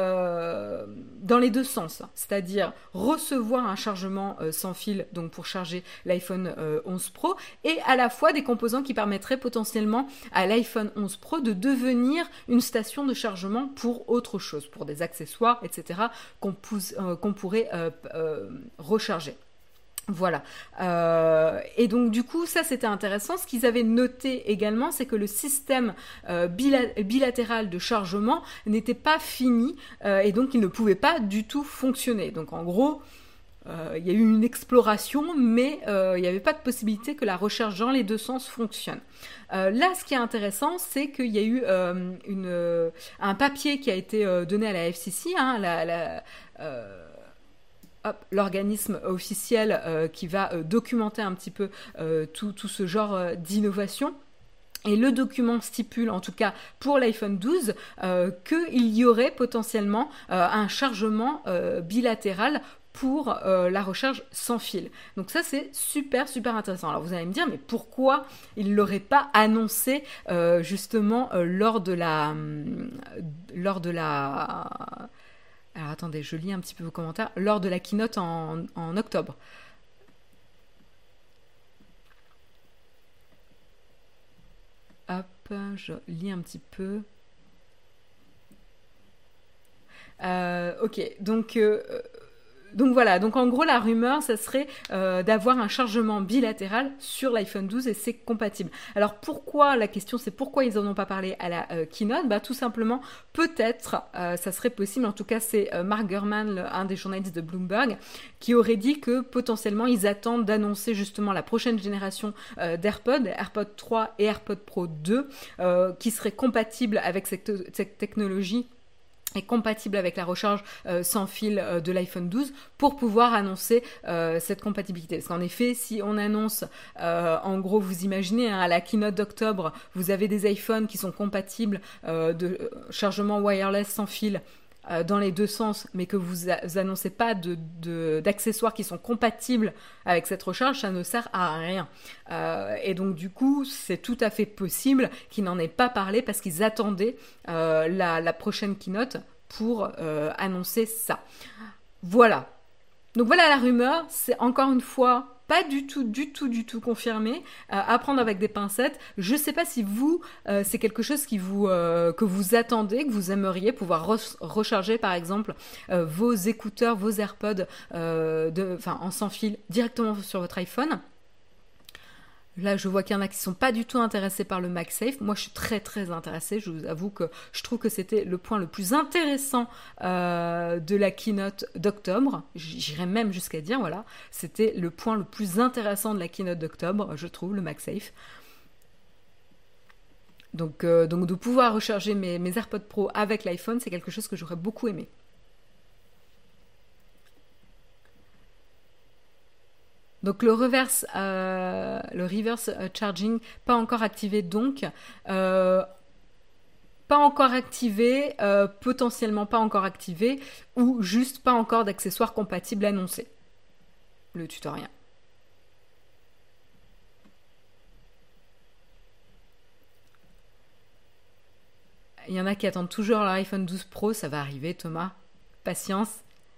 euh, dans les deux sens, c'est-à-dire recevoir un chargement euh, sans fil donc pour charger l'iPhone euh, onze Pro et à la fois des composants qui permettraient potentiellement à l'iPhone onze Pro de devenir une station de chargement pour autre chose, pour des accessoires, et cetera qu'on, pousse, euh, qu'on pourrait euh, euh, recharger. Voilà. Euh, et donc du coup, ça c'était intéressant. Ce qu'ils avaient noté également, c'est que le système euh, bila- bilatéral de chargement n'était pas fini euh, et donc il ne pouvait pas du tout fonctionner. Donc en gros, euh, il y a eu une exploration, mais euh, il n'y avait pas de possibilité que la recharge dans les deux sens fonctionne. Euh, là, ce qui est intéressant, c'est qu'il y a eu euh, une, euh, un papier qui a été euh, donné à la F C C, hein, la, la euh, Hop, l'organisme officiel euh, qui va euh, documenter un petit peu euh, tout, tout ce genre euh, d'innovation. Et le document stipule, en tout cas pour l'iPhone douze, euh, qu'il y aurait potentiellement euh, un chargement euh, bilatéral pour euh, la recharge sans fil. Donc ça, c'est super, super intéressant. Alors vous allez me dire, mais pourquoi il ne l'auraient pas annoncé euh, justement euh, lors de la... Euh, lors de la Alors attendez, je lis un petit peu vos commentaires. Lors de la keynote en, en octobre. Hop, je lis un petit peu. Euh, ok, donc... Euh, Donc voilà, donc en gros la rumeur, ça serait euh, d'avoir un chargement bilatéral sur l'iPhone douze et c'est compatible. Alors pourquoi, la question c'est pourquoi ils en ont pas parlé à la euh, keynote? Bah tout simplement, peut-être, euh, ça serait possible, en tout cas c'est euh, Mark Gurman, le, un des journalistes de Bloomberg, qui aurait dit que potentiellement ils attendent d'annoncer justement la prochaine génération euh, d'AirPods, AirPods trois et AirPods Pro deux, euh, qui seraient compatibles avec cette, cette technologie est compatible avec la recharge euh, sans fil euh, de l'iPhone douze pour pouvoir annoncer euh, cette compatibilité. Parce qu'en effet, si on annonce, euh, en gros, vous imaginez, hein, à la keynote d'octobre, vous avez des iPhones qui sont compatibles euh, de euh, chargement wireless sans fil euh, dans les deux sens, mais que vous, a- vous annoncez pas de, de, d'accessoires qui sont compatibles avec cette recharge, ça ne sert à rien. Euh, et donc du coup, c'est tout à fait possible qu'ils n'en aient pas parlé parce qu'ils attendaient euh, la, la prochaine keynote pour euh, annoncer ça. Voilà. Donc voilà la rumeur, c'est encore une fois pas du tout, du tout, du tout confirmé, euh, à prendre avec des pincettes. Je sais pas si vous, euh, c'est quelque chose qui vous, euh, que vous attendez, que vous aimeriez pouvoir re- recharger par exemple euh, vos écouteurs, vos AirPods euh, de, enfin, en sans fil directement sur votre iPhone. Là, je vois qu'il y en a qui ne sont pas du tout intéressés par le MagSafe. Moi, je suis très, très intéressée. Je vous avoue que je trouve que c'était le point le plus intéressant euh, de la keynote d'octobre. J'irais même jusqu'à dire, voilà, c'était le point le plus intéressant de la keynote d'octobre, je trouve, le MagSafe. Donc, euh, donc de pouvoir recharger mes, mes AirPods Pro avec l'iPhone, c'est quelque chose que j'aurais beaucoup aimé. Donc le reverse, euh, le reverse charging, pas encore activé donc. Euh, pas encore activé, euh, potentiellement pas encore activé, ou juste pas encore d'accessoires compatibles annoncés. Le tutoriel. Il y en a qui attendent toujours leur iPhone douze Pro, ça va arriver Thomas. Patience.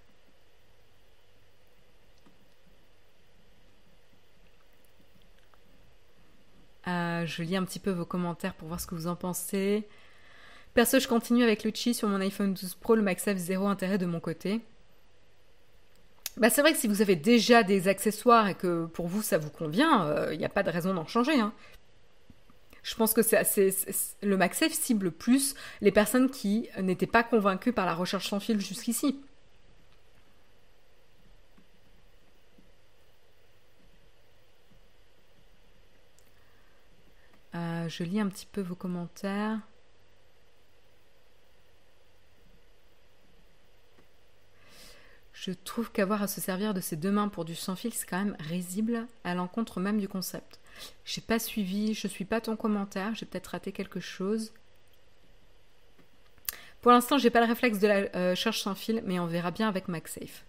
Euh, je lis un petit peu vos commentaires pour voir ce que vous en pensez. Perso, je continue avec le Qi sur mon iPhone douze Pro, le MagSafe zéro intérêt de mon côté. Bah, c'est vrai que si vous avez déjà des accessoires et que pour vous ça vous convient, il euh, n'y a pas de raison d'en changer. Hein. Je pense que c'est assez, c'est, le MagSafe cible plus les personnes qui n'étaient pas convaincues par la recharge sans fil jusqu'ici. Euh, je lis un petit peu vos commentaires. Je trouve qu'avoir à se servir de ses deux mains pour du sans fil, c'est quand même risible à l'encontre même du concept. J'ai pas suivi, je suis pas ton commentaire, j'ai peut-être raté quelque chose. Pour l'instant, j'ai pas le réflexe de la euh, charge sans fil, mais on verra bien avec MagSafe.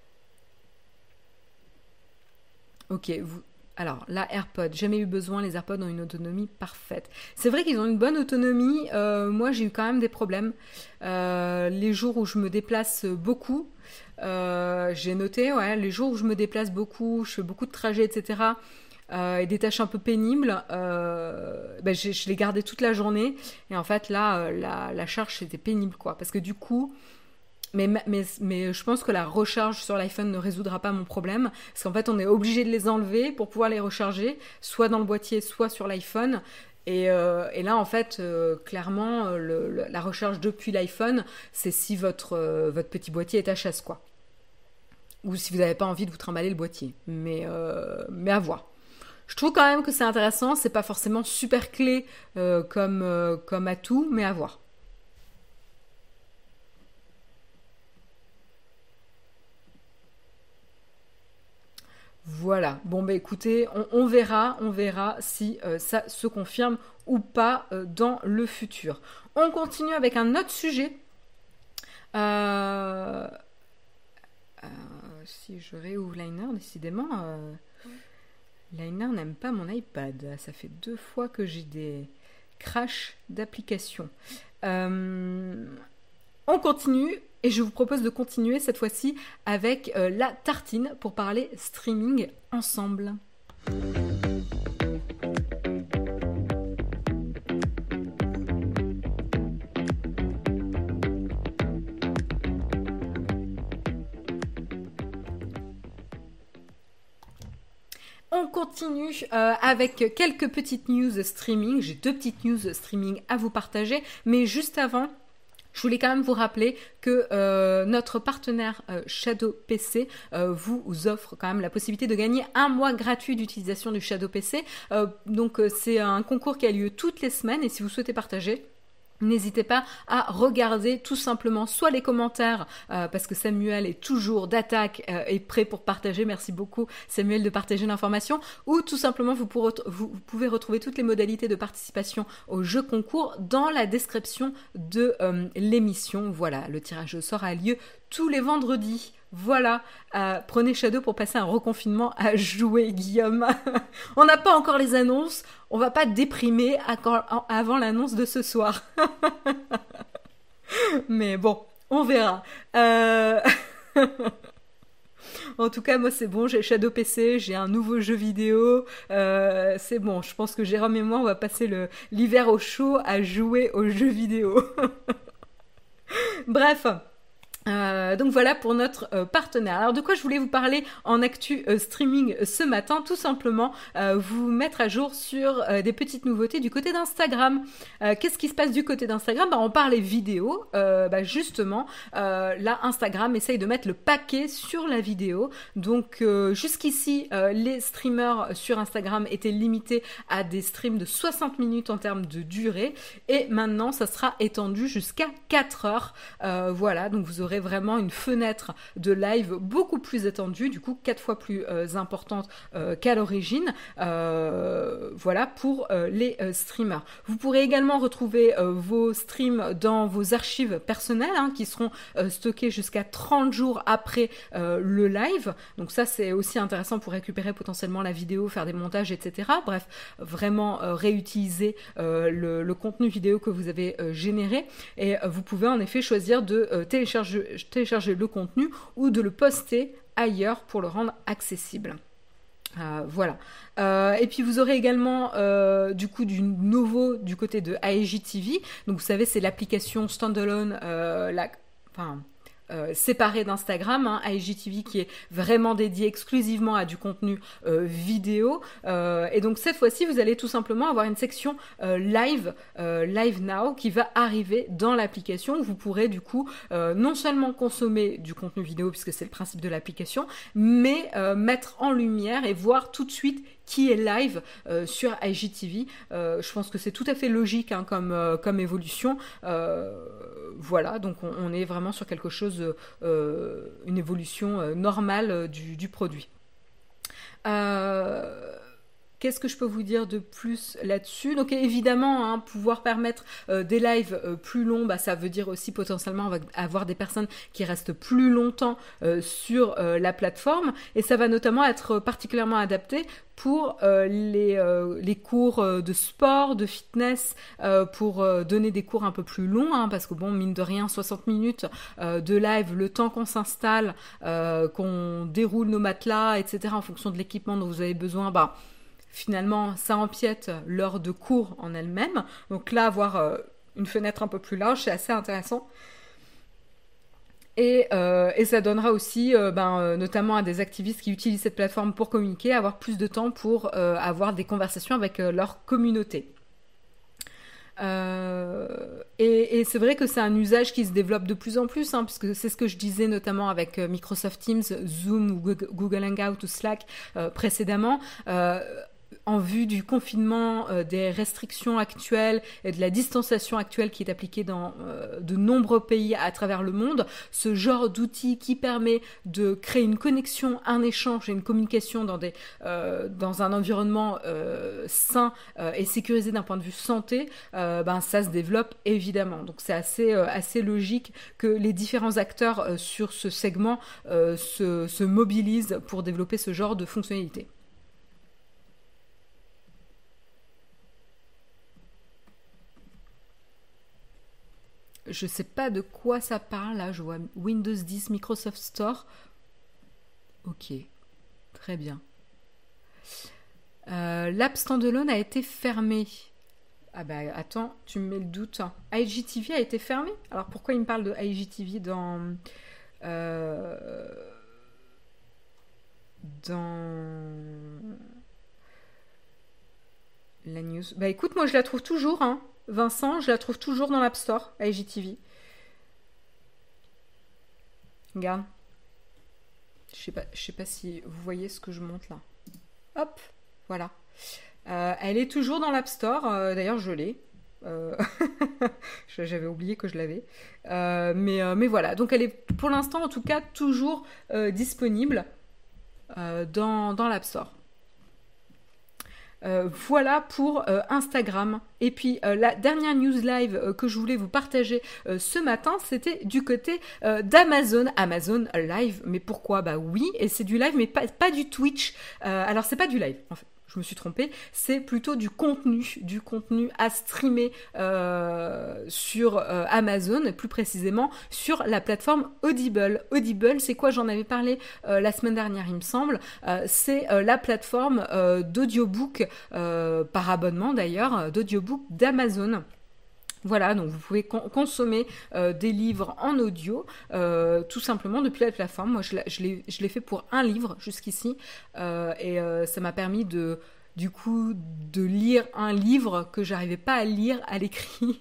Ok, vous... alors la AirPod, jamais eu besoin, les AirPods ont une autonomie parfaite. C'est vrai qu'ils ont une bonne autonomie, euh, moi j'ai eu quand même des problèmes. Euh, les jours où je me déplace beaucoup, euh, j'ai noté, ouais, les jours où je me déplace beaucoup, je fais beaucoup de trajets, et cetera, euh, et des tâches un peu pénibles, euh, ben je, je les gardais toute la journée, et en fait là, euh, la, la charge c'était pénible, quoi, parce que du coup... Mais, mais, mais je pense que la recharge sur l'iPhone ne résoudra pas mon problème, parce qu'en fait on est obligé de les enlever pour pouvoir les recharger, soit dans le boîtier, soit sur l'iPhone. Et, euh, et là en fait, euh, clairement, le, le, la recharge depuis l'iPhone, c'est si votre, euh, votre petit boîtier est H S, quoi. Ou si vous n'avez pas envie de vous trimballer le boîtier. Mais, euh, mais à voir. Je trouve quand même que c'est intéressant, c'est pas forcément super clé euh, comme, euh, comme atout, mais à voir. Voilà, bon bah écoutez, on, on verra, on verra si euh, ça se confirme ou pas euh, dans le futur. On continue avec un autre sujet. Euh, euh, si je réouvre Liner, décidément, euh, Liner n'aime pas mon iPad. Ça fait deux fois que j'ai des crashs d'application. Euh, on continue. Et je vous propose de continuer cette fois-ci avec euh, la tartine pour parler streaming ensemble. On continue euh, avec quelques petites news streaming. J'ai deux petites news streaming à vous partager, mais juste avant... Je voulais quand même vous rappeler que euh, notre partenaire euh, Shadow P C euh, vous offre quand même la possibilité de gagner un mois gratuit d'utilisation du Shadow P C. Euh, donc euh, c'est un concours qui a lieu toutes les semaines et si vous souhaitez partager, n'hésitez pas à regarder tout simplement soit les commentaires euh, parce que Samuel est toujours d'attaque euh, et prêt pour partager. Merci beaucoup Samuel de partager l'information. Ou tout simplement vous, pourrez, vous, vous pouvez retrouver toutes les modalités de participation au jeu concours dans la description de euh, l'émission. Voilà, le tirage au sort a lieu tous les vendredis. Voilà, euh, prenez Shadow pour passer un reconfinement à jouer, Guillaume. On n'a pas encore les annonces, on va pas déprimer avant l'annonce de ce soir. Mais bon, on verra. Euh... En tout cas, moi c'est bon, j'ai Shadow P C, j'ai un nouveau jeu vidéo, euh, c'est bon, je pense que Jérôme et moi on va passer le, l'hiver au chaud à jouer aux jeux vidéo. Bref. Euh, donc voilà pour notre euh, partenaire. Alors de quoi je voulais vous parler en actu euh, streaming ce matin? Tout simplement euh, vous mettre à jour sur euh, des petites nouveautés du côté d'Instagram. Euh, qu'est-ce qui se passe du côté d'Instagram? Bah, on parlait vidéo. Euh, bah, justement, euh, là Instagram essaye de mettre le paquet sur la vidéo. Donc euh, jusqu'ici, euh, les streamers sur Instagram étaient limités à des streams de soixante minutes en termes de durée. Et maintenant, ça sera étendu jusqu'à quatre heures. Euh, voilà, donc vous aurez vraiment une fenêtre de live beaucoup plus étendue, du coup quatre fois plus euh, importante euh, qu'à l'origine, euh, voilà pour euh, les euh, streamers. Vous pourrez également retrouver euh, vos streams dans vos archives personnelles hein, qui seront euh, stockées jusqu'à trente jours après euh, le live, donc ça c'est aussi intéressant pour récupérer potentiellement la vidéo, faire des montages, et cetera. Bref, vraiment euh, réutiliser euh, le, le contenu vidéo que vous avez euh, généré et euh, vous pouvez en effet choisir de euh, télécharger télécharger le contenu ou de le poster ailleurs pour le rendre accessible. Euh, voilà. Euh, et puis vous aurez également euh, du coup du nouveau du côté de I G T V. Donc vous savez c'est l'application standalone, euh, la, enfin Euh, séparé d'Instagram, hein, I G T V qui est vraiment dédié exclusivement à du contenu euh, vidéo. Euh, et donc cette fois-ci, vous allez tout simplement avoir une section euh, live, euh, live now, qui va arriver dans l'application. Où vous pourrez du coup euh, non seulement consommer du contenu vidéo, puisque c'est le principe de l'application, mais euh, mettre en lumière et voir tout de suite qui est live euh, sur I G T V. Euh, je pense que c'est tout à fait logique hein, comme, euh, comme évolution. Euh, voilà, donc on, on est vraiment sur quelque chose, euh, une évolution euh, normale euh, du, du produit. Euh, Qu'est-ce que je peux vous dire de plus là-dessus? Donc évidemment, hein, pouvoir permettre euh, des lives euh, plus longs, bah, ça veut dire aussi potentiellement avoir des personnes qui restent plus longtemps euh, sur euh, la plateforme. Et ça va notamment être particulièrement adapté pour euh, les, euh, les cours euh, de sport, de fitness, euh, pour euh, donner des cours un peu plus longs, hein, parce que bon, mine de rien, soixante minutes euh, de live, le temps qu'on s'installe, euh, qu'on déroule nos matelas, et cetera, en fonction de l'équipement dont vous avez besoin, bah, finalement, ça empiète l'heure de cours en elle-même. Donc là, avoir euh, une fenêtre un peu plus large, c'est assez intéressant. Et, euh, et ça donnera aussi, euh, ben, euh, notamment à des activistes qui utilisent cette plateforme pour communiquer, avoir plus de temps pour euh, avoir des conversations avec euh, leur communauté. Euh, et, et c'est vrai que c'est un usage qui se développe de plus en plus, hein, puisque c'est ce que je disais notamment avec euh, Microsoft Teams, Zoom ou Google Hangout ou Slack euh, précédemment. Euh, en vue du confinement, euh, des restrictions actuelles et de la distanciation actuelle qui est appliquée dans euh, de nombreux pays à travers le monde, ce genre d'outil qui permet de créer une connexion, un échange et une communication dans, des, euh, dans un environnement euh, sain euh, et sécurisé d'un point de vue santé, euh, ben, ça se développe évidemment. Donc c'est assez, euh, assez logique que les différents acteurs euh, sur ce segment euh, se, se mobilisent pour développer ce genre de fonctionnalités. Je sais pas de quoi ça parle, là, je vois Windows dix, Microsoft Store. Ok, très bien. Euh, L'app standalone a été fermée. Ah bah attends, tu me mets le doute. I G T V a été fermé? Alors pourquoi il me parle de I G T V dans... Euh, dans... la news? Bah écoute, moi je la trouve toujours, hein. Vincent, je la trouve toujours dans l'App Store, I G T V. Regarde. Je sais pas, je sais pas si vous voyez ce que je monte là. Hop, voilà. Euh, elle est toujours dans l'App Store. Euh, D'ailleurs, je l'ai. Euh... J'avais oublié que je l'avais. Euh, mais, euh, mais voilà. Donc, elle est pour l'instant, en tout cas, toujours euh, disponible euh, dans, dans l'App Store. Euh, voilà pour euh, Instagram. Et puis euh, la dernière news live euh, que je voulais vous partager euh, ce matin, c'était du côté euh, d'Amazon. Amazon Live, mais pourquoi? Bah oui, et c'est du live, mais pas, pas du Twitch. Euh, alors c'est pas du live, en fait. Je me suis trompée, c'est plutôt du contenu, du contenu à streamer euh, sur euh, Amazon, et plus précisément sur la plateforme Audible. Audible, c'est quoi? J'en avais parlé euh, la semaine dernière, il me semble. Euh, c'est euh, la plateforme euh, d'audiobook, euh, par abonnement d'ailleurs, d'audiobook d'Amazon. Voilà, donc vous pouvez con- consommer euh, des livres en audio, euh, tout simplement depuis la plateforme. Moi, je, je, l'ai, je l'ai fait pour un livre jusqu'ici, euh, et euh, ça m'a permis de, du coup, de lire un livre que j'arrivais pas à lire à l'écrit.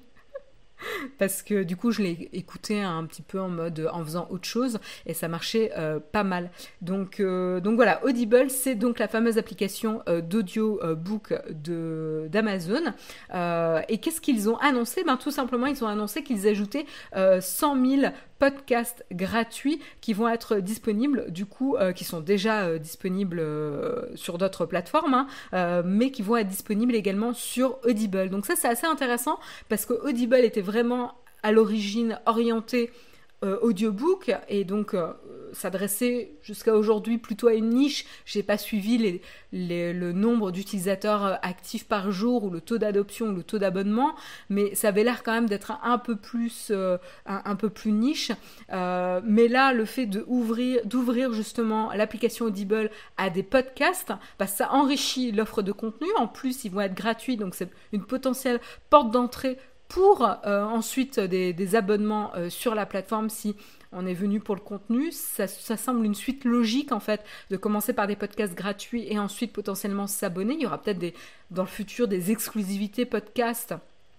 Parce que du coup je l'ai écouté un petit peu en mode en faisant autre chose et ça marchait euh, pas mal. Donc, euh, donc voilà, Audible, c'est donc la fameuse application euh, d'audiobook de, d'Amazon. Euh, et qu'est-ce qu'ils ont annoncé? Ben, tout simplement, ils ont annoncé qu'ils ajoutaient euh, cent mille podcasts gratuits qui vont être disponibles, du coup, euh, qui sont déjà euh, disponibles euh, sur d'autres plateformes, hein, euh, mais qui vont être disponibles également sur Audible. Donc ça, c'est assez intéressant parce que Audible était vraiment à l'origine orienté euh, audiobook et donc euh, s'adressait jusqu'à aujourd'hui plutôt à une niche. J'ai pas suivi les, les, le nombre d'utilisateurs actifs par jour ou le taux d'adoption ou le taux d'abonnement, mais ça avait l'air quand même d'être un peu plus euh, un, un peu plus niche. Euh, mais là, le fait de ouvrir, d'ouvrir justement l'application Audible à des podcasts, bah, ça enrichit l'offre de contenu. En plus, ils vont être gratuits, donc c'est une potentielle porte d'entrée pour euh, ensuite des, des abonnements euh, sur la plateforme si on est venu pour le contenu. Ça, ça semble une suite logique en fait de commencer par des podcasts gratuits et ensuite potentiellement s'abonner. Il y aura peut-être des, dans le futur des exclusivités podcasts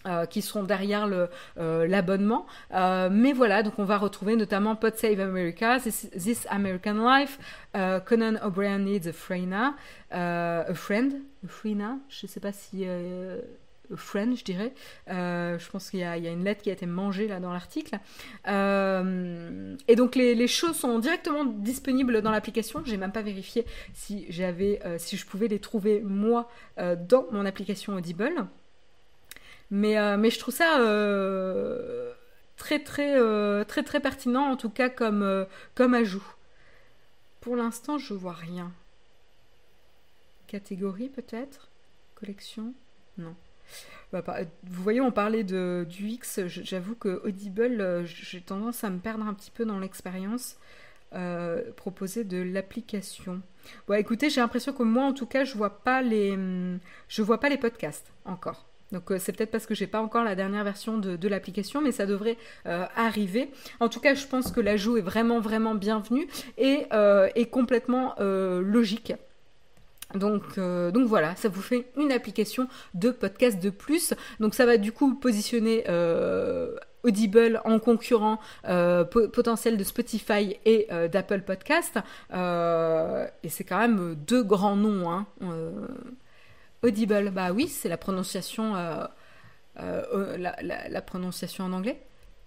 Euh, qui seront derrière le, euh, l'abonnement. Euh, mais voilà, donc on va retrouver notamment Pod Save America, This, This American Life, euh, Conan O'Brien Needs a Frina, euh, A Friend, a Frina, je ne sais pas si... Euh, a friend, je dirais. Euh, je pense qu'il y a, il y a une lettre qui a été mangée là dans l'article. Euh, et donc les, les choses sont directement disponibles dans l'application. J'ai même pas vérifié si j'avais, euh, si je pouvais les trouver moi euh, dans mon application Audible. Mais, euh, mais je trouve ça euh, très, très, euh, très, très pertinent, en tout cas comme, euh, comme ajout. Pour l'instant, je vois rien. Catégorie, peut-être? Collection? Non. Bah, vous voyez, on parlait de, du X. J'avoue que Audible, j'ai tendance à me perdre un petit peu dans l'expérience euh, proposée de l'application. Bon, écoutez, j'ai l'impression que moi, en tout cas, je vois pas les, je vois pas les podcasts encore. Donc euh, c'est peut-être parce que j'ai pas encore la dernière version de, de l'application, mais ça devrait euh, arriver. En tout cas, je pense que l'ajout est vraiment vraiment bienvenu et euh, est complètement euh, logique. Donc, euh, donc voilà, ça vous fait une application de podcast de plus. Donc ça va du coup positionner euh, Audible en concurrent euh, po- potentiel de Spotify et euh, d'Apple Podcast. Euh, et c'est quand même deux grands noms, hein. Euh, Audible, bah oui, c'est la prononciation, euh, euh, la, la, la prononciation en anglais.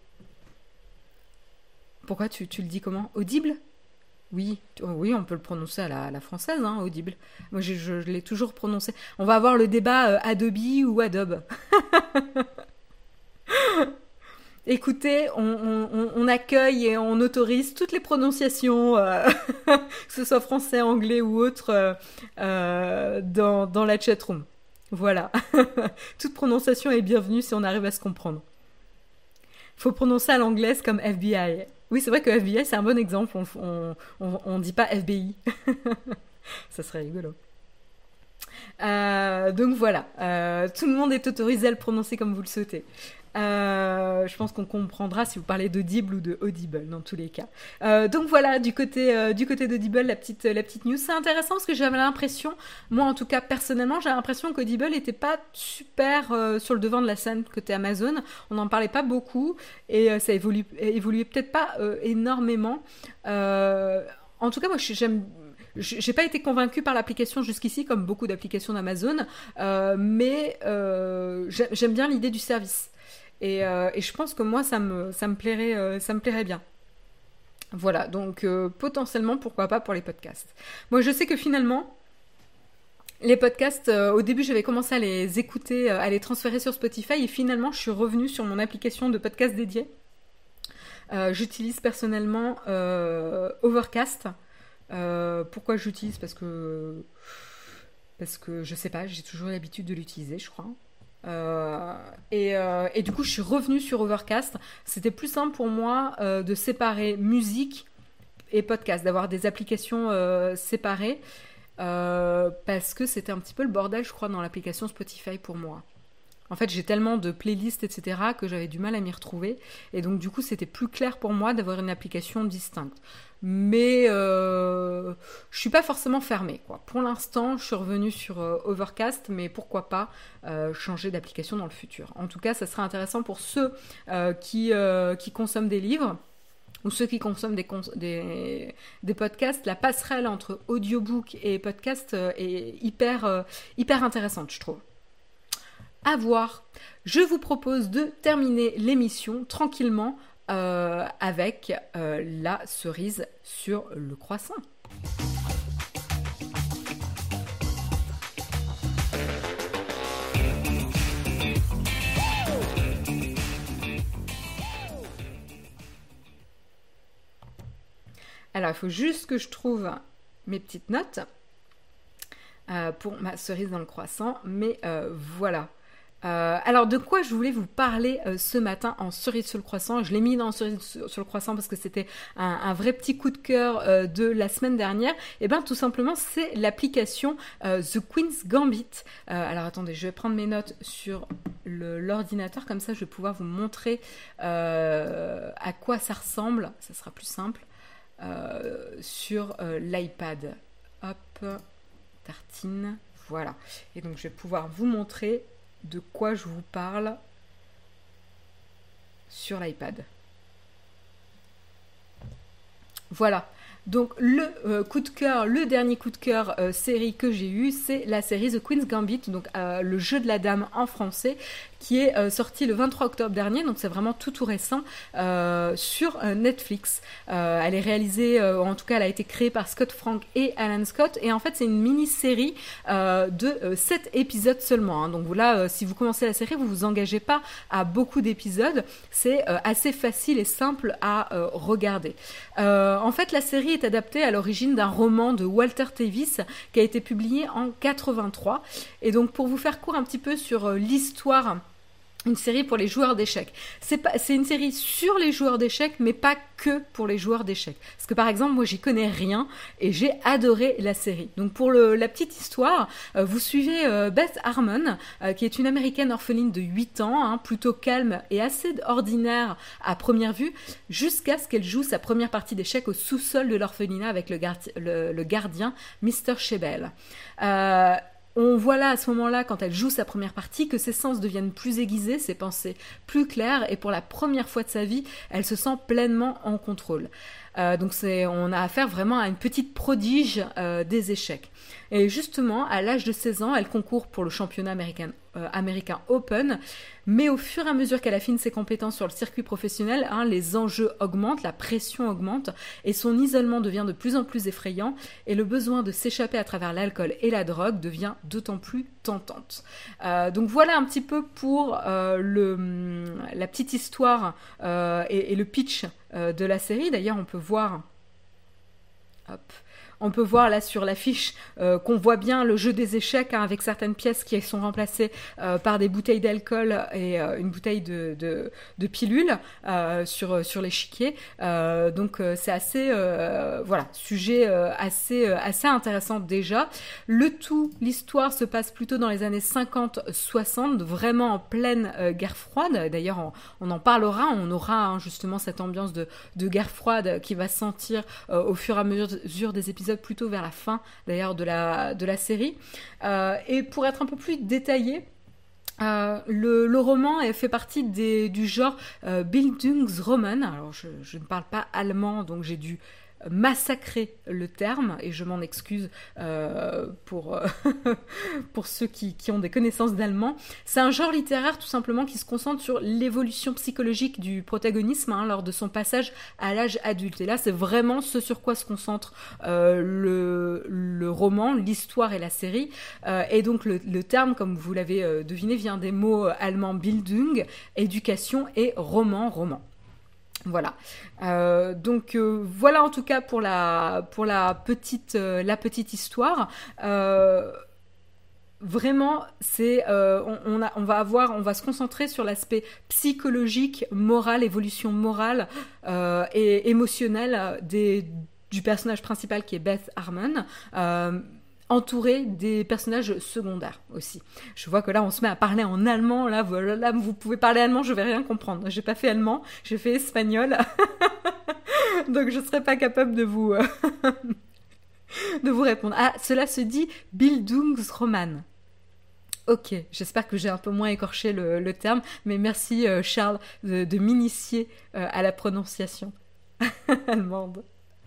Pourquoi tu, tu le dis comment? Audible? Oui, oui, on peut le prononcer à la, à la française, hein, Audible. Moi, je, je, je l'ai toujours prononcé. On va avoir le débat euh, Adobe ou Adobe. Écoutez, on, on, on accueille et on autorise toutes les prononciations, euh, que ce soit français, anglais ou autre, euh, euh, dans, dans la chatroom. Voilà. Toute prononciation est bienvenue si on arrive à se comprendre. Il faut prononcer à l'anglaise comme F B I. Oui, c'est vrai que F B I, c'est un bon exemple. On on, on, on dit pas F B I. Ça serait rigolo. Euh, donc voilà, euh, tout le monde est autorisé à le prononcer comme vous le souhaitez. Euh, je pense qu'on comprendra si vous parlez d'Audible ou de Audible dans tous les cas. Euh, donc voilà, du côté euh, du côté d'Audible, la petite la petite news, c'est intéressant parce que j'avais l'impression, moi en tout cas personnellement, j'avais l'impression qu'Audible n'était pas super euh, sur le devant de la scène côté Amazon. On n'en parlait pas beaucoup et euh, ça évolue évoluait peut-être pas euh, énormément. Euh, en tout cas, moi j'aime. J'ai pas été convaincue par l'application jusqu'ici, comme beaucoup d'applications d'Amazon, euh, mais euh, j'aime bien l'idée du service. Et, euh, et je pense que moi, ça me, ça me, plairait, euh, ça me plairait bien. Voilà, donc euh, potentiellement, pourquoi pas pour les podcasts. Moi, je sais que finalement, les podcasts, euh, au début, j'avais commencé à les écouter, euh, à les transférer sur Spotify, et finalement, je suis revenue sur mon application de podcast dédiée. Euh, J'utilise personnellement euh, Overcast. Euh, pourquoi j'utilise? Parce que, parce que je sais pas, j'ai toujours l'habitude de l'utiliser, je crois. Euh, et, euh, et du coup, je suis revenue sur Overcast. C'était plus simple pour moi euh, de séparer musique et podcast, d'avoir des applications euh, séparées, euh, parce que c'était un petit peu le bordel, je crois, dans l'application Spotify pour moi. En fait, j'ai tellement de playlists, et cetera, que j'avais du mal à m'y retrouver. Et donc, du coup, c'était plus clair pour moi d'avoir une application distincte. Mais euh, je suis pas forcément fermée, quoi. Pour l'instant, je suis revenue sur euh, Overcast, mais pourquoi pas euh, changer d'application dans le futur. En tout cas, ça serait intéressant pour ceux euh, qui, euh, qui consomment des livres ou ceux qui consomment des, cons- des, des podcasts. La passerelle entre audiobook et podcast euh, est hyper, euh, hyper intéressante, je trouve. À voir. Je vous propose de terminer l'émission tranquillement euh, avec euh, la cerise sur le croissant. Alors, il faut juste que je trouve mes petites notes euh, pour ma cerise dans le croissant, mais euh, voilà. Euh, alors de quoi je voulais vous parler euh, ce matin en cerise sur le croissant? Je l'ai mis dans cerise sur, sur le croissant parce que c'était un, un vrai petit coup de cœur euh, de la semaine dernière. Et bien tout simplement c'est l'application euh, The Queen's Gambit. Euh, alors attendez, je vais prendre mes notes sur le, l'ordinateur, comme ça je vais pouvoir vous montrer euh, à quoi ça ressemble. Ça sera plus simple euh, sur euh, l'iPad. Hop, tartine, voilà. Et donc je vais pouvoir vous montrer de quoi je vous parle sur l'iPad. Voilà. Donc le euh, coup de cœur, le dernier coup de cœur euh, série que j'ai eu, c'est la série The Queen's Gambit, donc euh, le jeu de la dame en français, qui est euh, sorti le vingt-trois octobre dernier, donc c'est vraiment tout tout récent, euh, sur euh, Netflix. Euh, elle est réalisée, euh, en tout cas elle a été créée par Scott Frank et Alan Scott, et en fait c'est une mini-série euh, de euh, sept épisodes seulement. Hein. Donc là, euh, si vous commencez la série, vous vous engagez pas à beaucoup d'épisodes, c'est euh, assez facile et simple à euh, regarder. Euh, en fait, la série est adaptée à l'origine d'un roman de Walter Tevis qui a été publié en quatre-vingt-trois. Et donc pour vous faire court un petit peu sur euh, l'histoire, une série pour les joueurs d'échecs. C'est, pas, c'est une série sur les joueurs d'échecs, mais pas que pour les joueurs d'échecs. Parce que par exemple, moi j'y connais rien et j'ai adoré la série. Donc pour le, la petite histoire, euh, vous suivez euh, Beth Harmon, euh, qui est une américaine orpheline de huit ans, hein, plutôt calme et assez ordinaire à première vue, jusqu'à ce qu'elle joue sa première partie d'échecs au sous-sol de l'orphelinat avec le, gardi- le, le gardien mister Shebel. Euh, On voit là, à ce moment-là, quand elle joue sa première partie, que ses sens deviennent plus aiguisés, ses pensées plus claires, et pour la première fois de sa vie, elle se sent pleinement en contrôle. Euh, donc c'est, on a affaire vraiment à une petite prodige euh, des échecs. Et justement, à l'âge de seize ans, elle concourt pour le championnat américain, euh, américain Open, mais au fur et à mesure qu'elle affine ses compétences sur le circuit professionnel, hein, les enjeux augmentent, la pression augmente, et son isolement devient de plus en plus effrayant, et le besoin de s'échapper à travers l'alcool et la drogue devient d'autant plus tentante. Euh, donc voilà un petit peu pour euh, le, la petite histoire euh, et, et le pitch euh, de la série. D'ailleurs, on peut voir... Hop... On peut voir là sur l'affiche euh, qu'on voit bien le jeu des échecs, hein, avec certaines pièces qui sont remplacées euh, par des bouteilles d'alcool et euh, une bouteille de, de, de pilules euh, sur, sur l'échiquier. Euh, donc euh, c'est assez, euh, voilà, sujet euh, assez, euh, assez intéressant déjà. Le tout, l'histoire se passe plutôt dans les années cinquante soixante, vraiment en pleine euh, guerre froide. D'ailleurs, on, on en parlera, on aura hein, justement cette ambiance de, de guerre froide qui va se sentir euh, au fur et à mesure des épisodes, plutôt vers la fin d'ailleurs de la, de la série. Euh, et pour être un peu plus détaillé, Euh, le, le roman est, fait partie des, du genre euh, Bildungsroman. Alors je, je ne parle pas allemand, donc j'ai dû massacrer le terme et je m'en excuse euh, pour, euh, pour ceux qui, qui ont des connaissances d'allemand. C'est un genre littéraire tout simplement qui se concentre sur l'évolution psychologique du protagonisme hein, lors de son passage à l'âge adulte. Et là, c'est vraiment ce sur quoi se concentre euh, le, le roman, l'histoire et la série. Euh, et donc le, le terme, comme vous l'avez euh, deviné, vient des mots allemands Bildung, éducation, et roman, roman. Voilà. Euh, donc euh, voilà en tout cas pour la pour la petite euh, la petite histoire. Euh, Vraiment, c'est euh, on, on, a, on va avoir, on va se concentrer sur l'aspect psychologique, moral, évolution morale euh, et émotionnelle des, du personnage principal qui est Beth Harmon. Euh, entouré des personnages secondaires aussi. Je vois que là, on se met à parler en allemand. Là, voilà, là vous pouvez parler allemand, je vais rien comprendre. J'ai pas fait allemand, j'ai fait espagnol. Donc, je serais pas capable de vous, de vous répondre. Ah, cela se dit Bildungsroman. Ok, j'espère que j'ai un peu moins écorché le, le terme, mais merci euh, Charles de, de m'initier euh, à la prononciation allemande.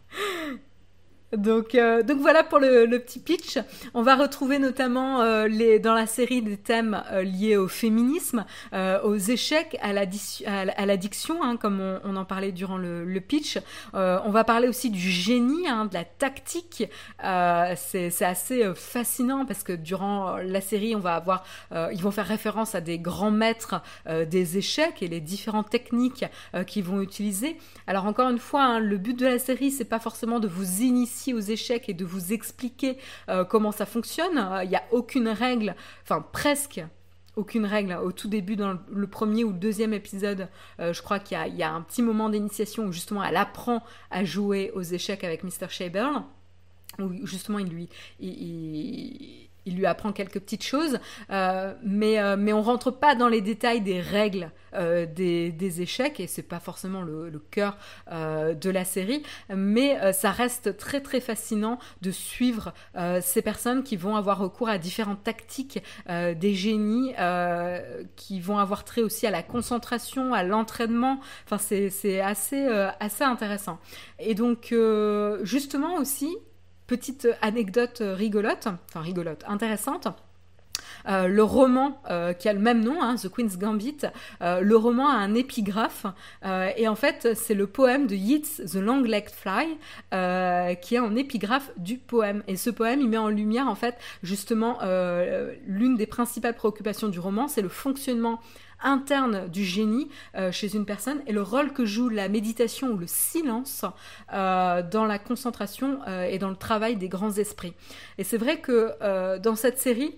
Donc, euh, donc voilà pour le, le petit pitch. On va retrouver notamment euh, les, dans la série des thèmes euh, liés au féminisme, euh, aux échecs, à, l'addition, à l'addiction, hein, comme on, on en parlait durant le, le pitch. Euh, on va parler aussi du génie, hein, de la tactique. Euh, c'est, c'est assez euh, fascinant parce que durant la série, on va avoir, euh, ils vont faire référence à des grands maîtres euh, des échecs et les différentes techniques euh, qu'ils vont utiliser. Alors encore une fois, hein, le but de la série, c'est pas forcément de vous initier aux échecs et de vous expliquer euh, comment ça fonctionne. Il n'y a aucune règle, enfin presque aucune règle. Au tout début, dans le premier ou le deuxième épisode, euh, je crois qu'il y a, il y a un petit moment d'initiation où justement elle apprend à jouer aux échecs avec mister Shebel, où justement il lui... Il, il, il lui apprend quelques petites choses, euh, mais, euh, mais on rentre pas dans les détails des règles euh, des, des échecs, et c'est pas forcément le, le cœur euh, de la série, mais euh, ça reste très très fascinant de suivre euh, ces personnes qui vont avoir recours à différentes tactiques, euh, des génies euh, qui vont avoir trait aussi à la concentration, à l'entraînement. Enfin, c'est, c'est assez, euh, assez intéressant. Et donc, euh, justement aussi, petite anecdote rigolote, enfin rigolote, intéressante, euh, le roman euh, qui a le même nom, hein, The Queen's Gambit, euh, le roman a un épigraphe, euh, et en fait c'est le poème de Yeats, The Long-Legged Fly, euh, qui est en épigraphe du poème. Et ce poème, il met en lumière en fait justement euh, l'une des principales préoccupations du roman, c'est le fonctionnement interne du génie euh, chez une personne, et le rôle que joue la méditation ou le silence euh, dans la concentration euh, et dans le travail des grands esprits. Et c'est vrai que euh, dans cette série,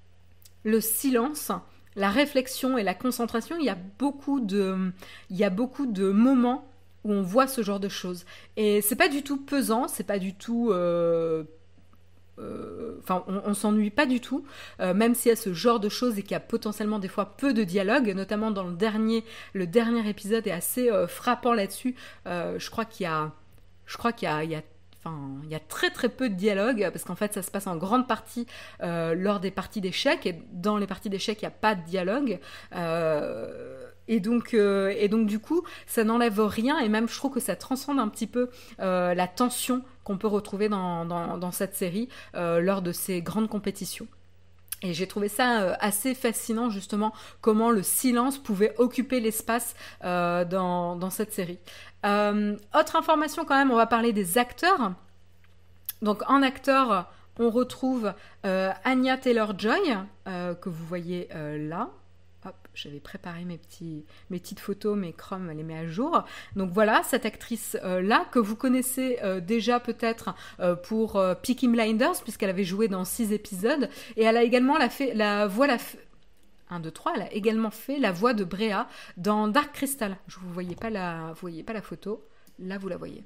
le silence, la réflexion et la concentration, il y a beaucoup de, il y a beaucoup de moments où on voit ce genre de choses. Et c'est pas du tout pesant, c'est pas du tout... Euh, Euh, enfin, on, on s'ennuie pas du tout, euh, même s'il y a ce genre de choses et qu'il y a potentiellement des fois peu de dialogue, notamment dans le dernier, le dernier épisode est assez euh, frappant là-dessus. Euh, je crois qu'il y a, je crois qu'il y a, il y a Enfin, il y a très très peu de dialogue, parce qu'en fait ça se passe en grande partie euh, lors des parties d'échecs, et dans les parties d'échecs il n'y a pas de dialogue, euh, et, donc, euh, et donc du coup ça n'enlève rien, et même je trouve que ça transcende un petit peu euh, la tension qu'on peut retrouver dans, dans, dans cette série euh, lors de ces grandes compétitions. Et j'ai trouvé ça euh, assez fascinant, justement, comment le silence pouvait occuper l'espace euh, dans, dans cette série. Euh, autre information quand même, on va parler des acteurs. Donc en acteur, on retrouve euh, Anya Taylor-Joy, euh, que vous voyez euh, là. Hop, j'avais préparé mes, petits, mes petites photos, mais Chrome les met à jour. Donc voilà, cette actrice-là, euh, que vous connaissez euh, déjà peut-être euh, pour euh, Peaky Blinders, puisqu'elle avait joué dans six épisodes. Et elle a également la, fait, la voix... La f... un, deux, trois, elle a également fait la voix de Brea dans Dark Crystal. Je vous voyez pas la, vous voyez pas la photo, là vous la voyez.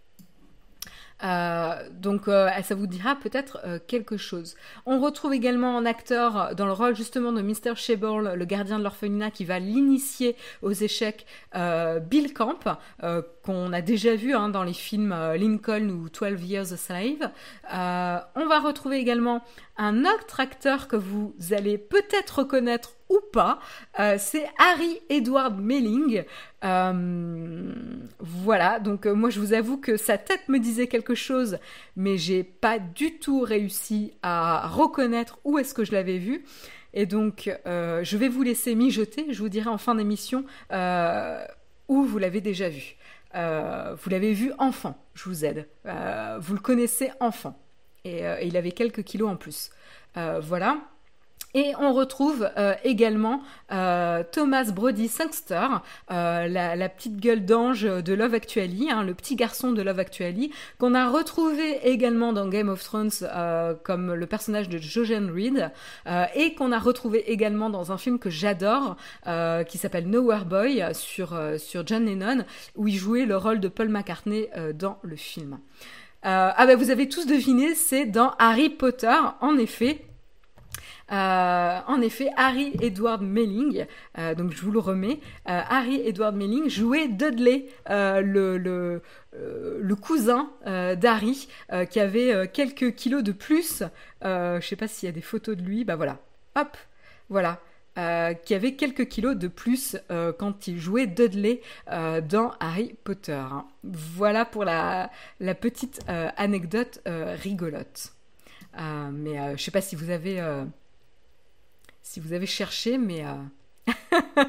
Euh, donc euh, ça vous dira peut-être euh, quelque chose. On retrouve également un acteur dans le rôle justement de mister Shable, le gardien de l'orphelinat qui va l'initier aux échecs, euh, Bill Camp, euh, qu'on a déjà vu hein, dans les films euh, Lincoln ou twelve Years a Slave. Euh, on va retrouver également un autre acteur que vous allez peut-être reconnaître ou pas, euh, c'est Harry Edward Melling. Euh, voilà, donc euh, moi je vous avoue que sa tête me disait quelque chose, mais j'ai pas du tout réussi à reconnaître où est-ce que je l'avais vu. Et donc euh, je vais vous laisser mijoter, je vous dirai en fin d'émission euh, où vous l'avez déjà vu. Euh, vous l'avez vu enfant, je vous aide. Euh, vous le connaissez enfant. Et, euh, et il avait quelques kilos en plus. Euh, voilà. Et on retrouve euh, également euh, Thomas Brody Sangster, euh, la, la petite gueule d'ange de Love Actually, hein, le petit garçon de Love Actually, qu'on a retrouvé également dans Game of Thrones euh, comme le personnage de Jojen Reed, euh, et qu'on a retrouvé également dans un film que j'adore, euh, qui s'appelle Nowhere Boy, sur, euh, sur John Lennon, où il jouait le rôle de Paul McCartney euh, dans le film. Euh, ah ben vous avez tous deviné, c'est dans Harry Potter, en effet. Euh, en effet, Harry Edward Melling, euh, donc je vous le remets, euh, Harry Edward Melling jouait Dudley, euh, le, le, euh, le cousin euh, d'Harry, euh, qui avait euh, quelques kilos de plus. Euh, je sais pas s'il y a des photos de lui, bah voilà, hop, voilà. Euh, qui avait quelques kilos de plus euh, quand il jouait Dudley euh, dans Harry Potter. Voilà pour la, la petite euh, anecdote euh, rigolote. Euh, mais euh, je sais pas si vous avez... Euh, si vous avez cherché, mais... Euh...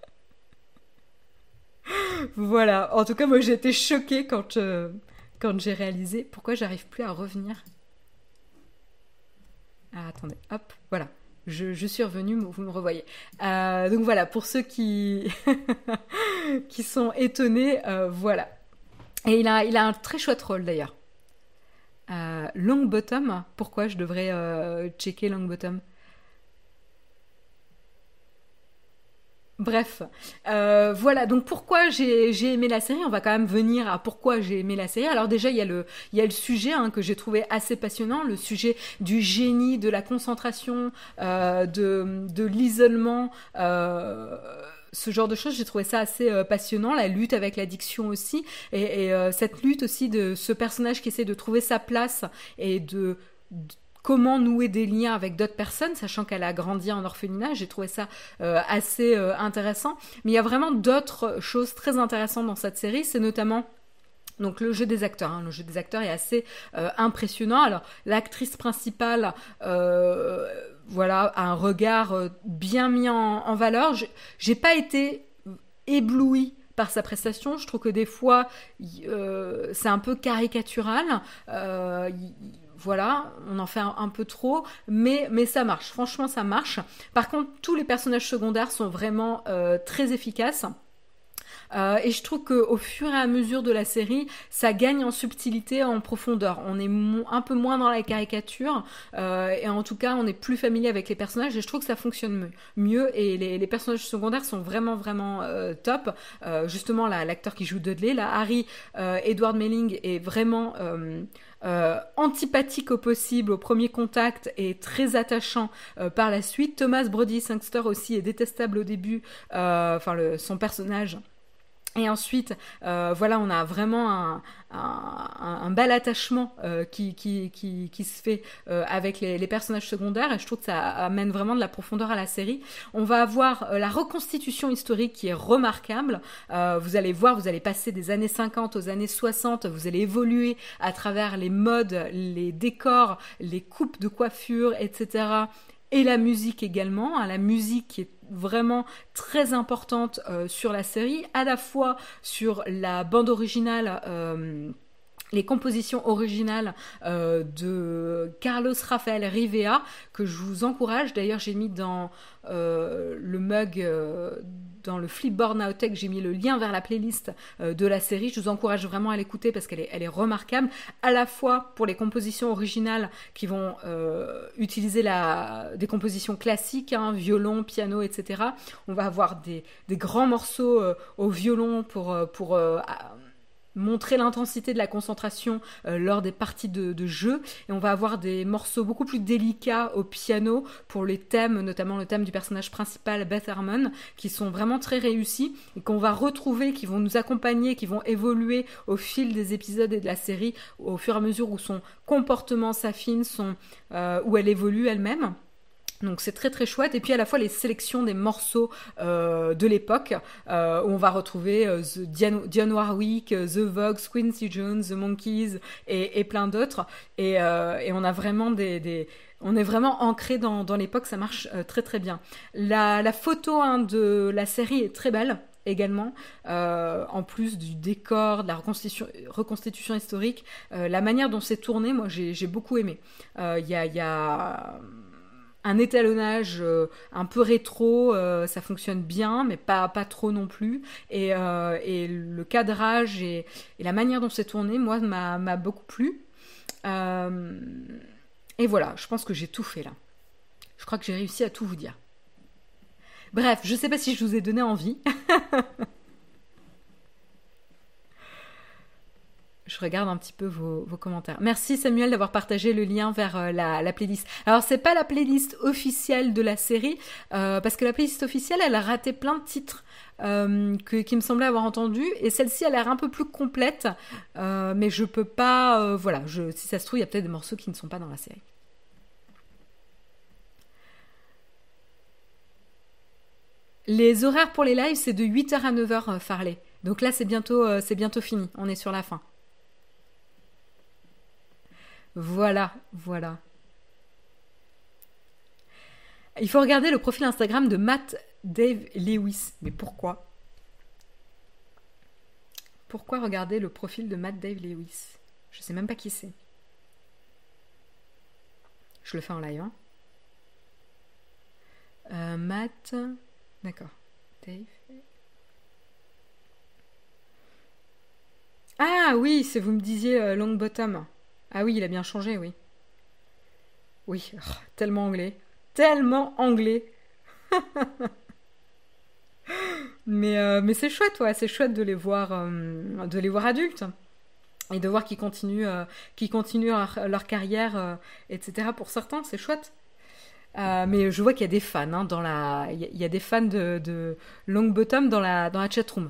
voilà. En tout cas, moi, j'ai été choquée quand, euh, quand j'ai réalisé pourquoi j'arrive plus à revenir. Ah, attendez. Hop, voilà. Je, je suis revenue, vous me revoyez. Euh, donc voilà, pour ceux qui, qui sont étonnés, euh, voilà. Et il a, il a un très chouette rôle, d'ailleurs. Euh, Longbottom, pourquoi je devrais euh, checker Longbottom ? Bref, euh, voilà, donc pourquoi j'ai j'ai aimé la série, on va quand même venir à pourquoi j'ai aimé la série. Alors déjà, il y a le, il y a le sujet hein, que j'ai trouvé assez passionnant, le sujet du génie, de la concentration, euh, de, de l'isolement, euh, ce genre de choses, j'ai trouvé ça assez euh, passionnant, la lutte avec l'addiction aussi, et, et euh, cette lutte aussi de ce personnage qui essaie de trouver sa place et de... de comment nouer des liens avec d'autres personnes, sachant qu'elle a grandi en orphelinat. J'ai trouvé ça euh, assez euh, intéressant. Mais il y a vraiment d'autres choses très intéressantes dans cette série. C'est notamment donc le jeu des acteurs. Hein. Le jeu des acteurs est assez euh, impressionnant. Alors l'actrice principale, euh, voilà, a un regard euh, bien mis en, en valeur. Je, j'ai pas été éblouie par sa prestation. Je trouve que des fois, euh, c'est un peu caricatural. Euh, voilà, on en fait un, un peu trop, mais, mais ça marche. Franchement, ça marche. Par contre, tous les personnages secondaires sont vraiment euh, très efficaces. Euh, et je trouve qu'au fur et à mesure de la série, ça gagne en subtilité, en profondeur. On est mo- un peu moins dans la caricature, euh, et en tout cas, on est plus familier avec les personnages, et je trouve que ça fonctionne mieux. mieux et les, les personnages secondaires sont vraiment, vraiment euh, top. Euh, justement, là, l'acteur qui joue Dudley, là, Harry euh, Edward Melling, est vraiment... Euh, Euh, antipathique au possible au premier contact et très attachant euh, par la suite. Thomas Brody Sangster aussi est détestable au début, euh, enfin le, son personnage. Et ensuite, euh, voilà, on a vraiment un, un, un bel attachement euh, qui, qui, qui, qui se fait euh, avec les, les personnages secondaires, et je trouve que ça amène vraiment de la profondeur à la série. On va avoir euh, la reconstitution historique qui est remarquable. Euh, vous allez voir, vous allez passer des années cinquante aux années soixante, vous allez évoluer à travers les modes, les décors, les coupes de coiffure, et cetera. Et la musique également, hein, la musique qui est vraiment très importante euh, sur la série, à la fois sur la bande originale, euh, les compositions originales euh, de Carlos Rafael Rivera, que je vous encourage. D'ailleurs, j'ai mis dans euh, le mug, euh, dans le Flipboard Nowtech, j'ai mis le lien vers la playlist euh, de la série. Je vous encourage vraiment à l'écouter parce qu'elle est, elle est remarquable, à la fois pour les compositions originales qui vont euh, utiliser la, des compositions classiques, hein, violon, piano, et cetera. On va avoir des, des grands morceaux euh, au violon pour... pour euh, montrer l'intensité de la concentration euh, lors des parties de, de jeu, et on va avoir des morceaux beaucoup plus délicats au piano pour les thèmes, notamment le thème du personnage principal Beth Harmon, qui sont vraiment très réussis et qu'on va retrouver, qui vont nous accompagner, qui vont évoluer au fil des épisodes et de la série au fur et à mesure où son comportement s'affine, son, euh, où elle évolue elle-même. Donc c'est très très chouette. Et puis à la fois les sélections des morceaux euh, de l'époque, euh, où on va retrouver euh, The Diane, Dionne Warwick, euh, The Vogues, Quincy Jones, The Monkees et, et plein d'autres. Et, euh, et on a vraiment des... des on est vraiment ancré dans, dans l'époque, ça marche euh, très très bien. La, la photo hein, de la série est très belle également, euh, en plus du décor, de la reconstitution, reconstitution historique. Euh, la manière dont c'est tourné, moi j'ai, j'ai beaucoup aimé. Il euh, y a... Y a un étalonnage euh, un peu rétro, euh, ça fonctionne bien, mais pas, pas trop non plus. Et, euh, et le cadrage et, et la manière dont c'est tourné, moi, m'a, m'a beaucoup plu. Euh, et voilà, je pense que j'ai tout fait là. Je crois que j'ai réussi à tout vous dire. Bref, je sais pas si je vous ai donné envie. Je regarde un petit peu vos, vos commentaires. Merci Samuel d'avoir partagé le lien vers euh, la, la playlist. Alors c'est pas la playlist officielle de la série, euh, parce que la playlist officielle, elle a raté plein de titres euh, que, qui me semblaient avoir entendus, et celle-ci a l'air un peu plus complète, euh, mais je peux pas... Euh, voilà, je, si ça se trouve, il y a peut-être des morceaux qui ne sont pas dans la série. Les horaires pour les lives, c'est de huit heures à neuf heures, euh, Farley. Donc là, c'est bientôt, euh, c'est bientôt fini. On est sur la fin. Voilà, voilà. Il faut regarder le profil Instagram de Matt Dave Lewis. Mais pourquoi? Pourquoi regarder le profil de Matt Dave Lewis? Je sais même pas qui c'est. Je le fais en live. Hein. Euh, Matt... D'accord. Dave... Ah oui, c'est vous me disiez euh, Longbottom. Ah oui, il a bien changé, oui. Oui, oh, tellement anglais. Tellement anglais. Mais, euh, mais c'est chouette, ouais, c'est chouette de les voir, euh, de les voir adultes. Et de voir qu'ils continuent, euh, qu'ils continuent leur, leur carrière, euh, et cetera. Pour certains, c'est chouette. Euh, mais je vois qu'il y a des fans, hein, dans la... il y, a, il y a des fans de, de Longbottom dans la, dans la chatroom.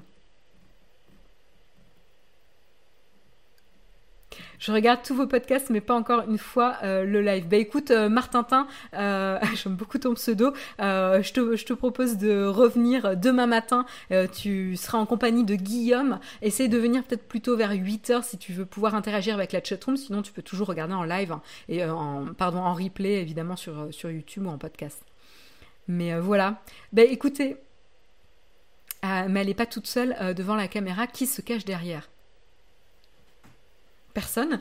Je regarde tous vos podcasts, mais pas encore une fois euh, le live. Bah écoute, euh, Martintin, euh, j'aime beaucoup ton pseudo. Euh, je, te, je te propose de revenir demain matin. Euh, tu seras en compagnie de Guillaume. Essaye de venir peut-être plutôt vers huit heures si tu veux pouvoir interagir avec la chatroom. Sinon, tu peux toujours regarder en live, hein, et euh, en, pardon, en replay, évidemment, sur, sur YouTube ou en podcast. Mais euh, voilà. Bah écoutez, euh, mais elle n'est pas toute seule euh, devant la caméra. Qui se cache derrière? Personne.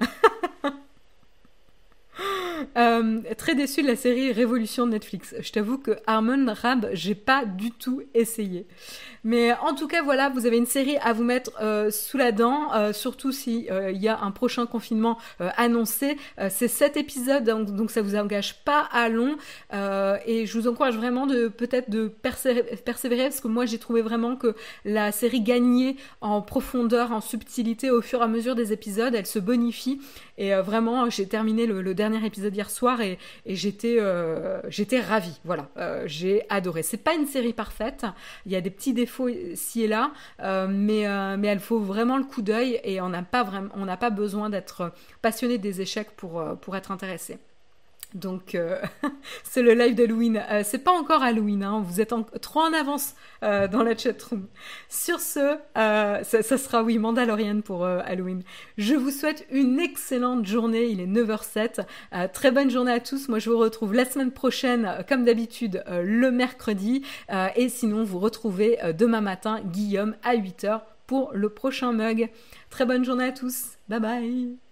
euh, très déçue de la série Révolution de Netflix. Je t'avoue que Harmon Rab, j'ai pas du tout essayé. Mais en tout cas, voilà, vous avez une série à vous mettre euh, sous la dent, euh, surtout si euh, il y a un prochain confinement euh, annoncé. Euh, c'est sept épisodes, donc, donc ça vous engage pas à long. Euh, et je vous encourage vraiment de peut-être de persévérer, persévérer, parce que moi j'ai trouvé vraiment que la série gagnait en profondeur, en subtilité au fur et à mesure des épisodes. Elle se bonifie. Et euh, vraiment, j'ai terminé le, le dernier épisode hier soir et, et j'étais, euh, j'étais ravie. Voilà, euh, j'ai adoré. C'est pas une série parfaite. Il y a des petits défauts ci et là, euh, mais, euh, mais elle faut vraiment le coup d'œil et on n'a pas vraiment, on n'a pas besoin d'être passionné des échecs pour, euh, pour être intéressé. Donc, euh, c'est le live d'Halloween. Euh, c'est pas encore Halloween, hein, vous êtes en, trop en avance euh, dans la chatroom. Sur ce, euh, ça, ça sera, oui, Mandalorian pour euh, Halloween. Je vous souhaite une excellente journée, il est neuf heures zéro sept. Euh, très bonne journée à tous. Moi, je vous retrouve la semaine prochaine, euh, comme d'habitude, euh, le mercredi. Euh, et sinon, vous retrouvez euh, demain matin Guillaume à huit heures pour le prochain mug. Très bonne journée à tous. Bye bye.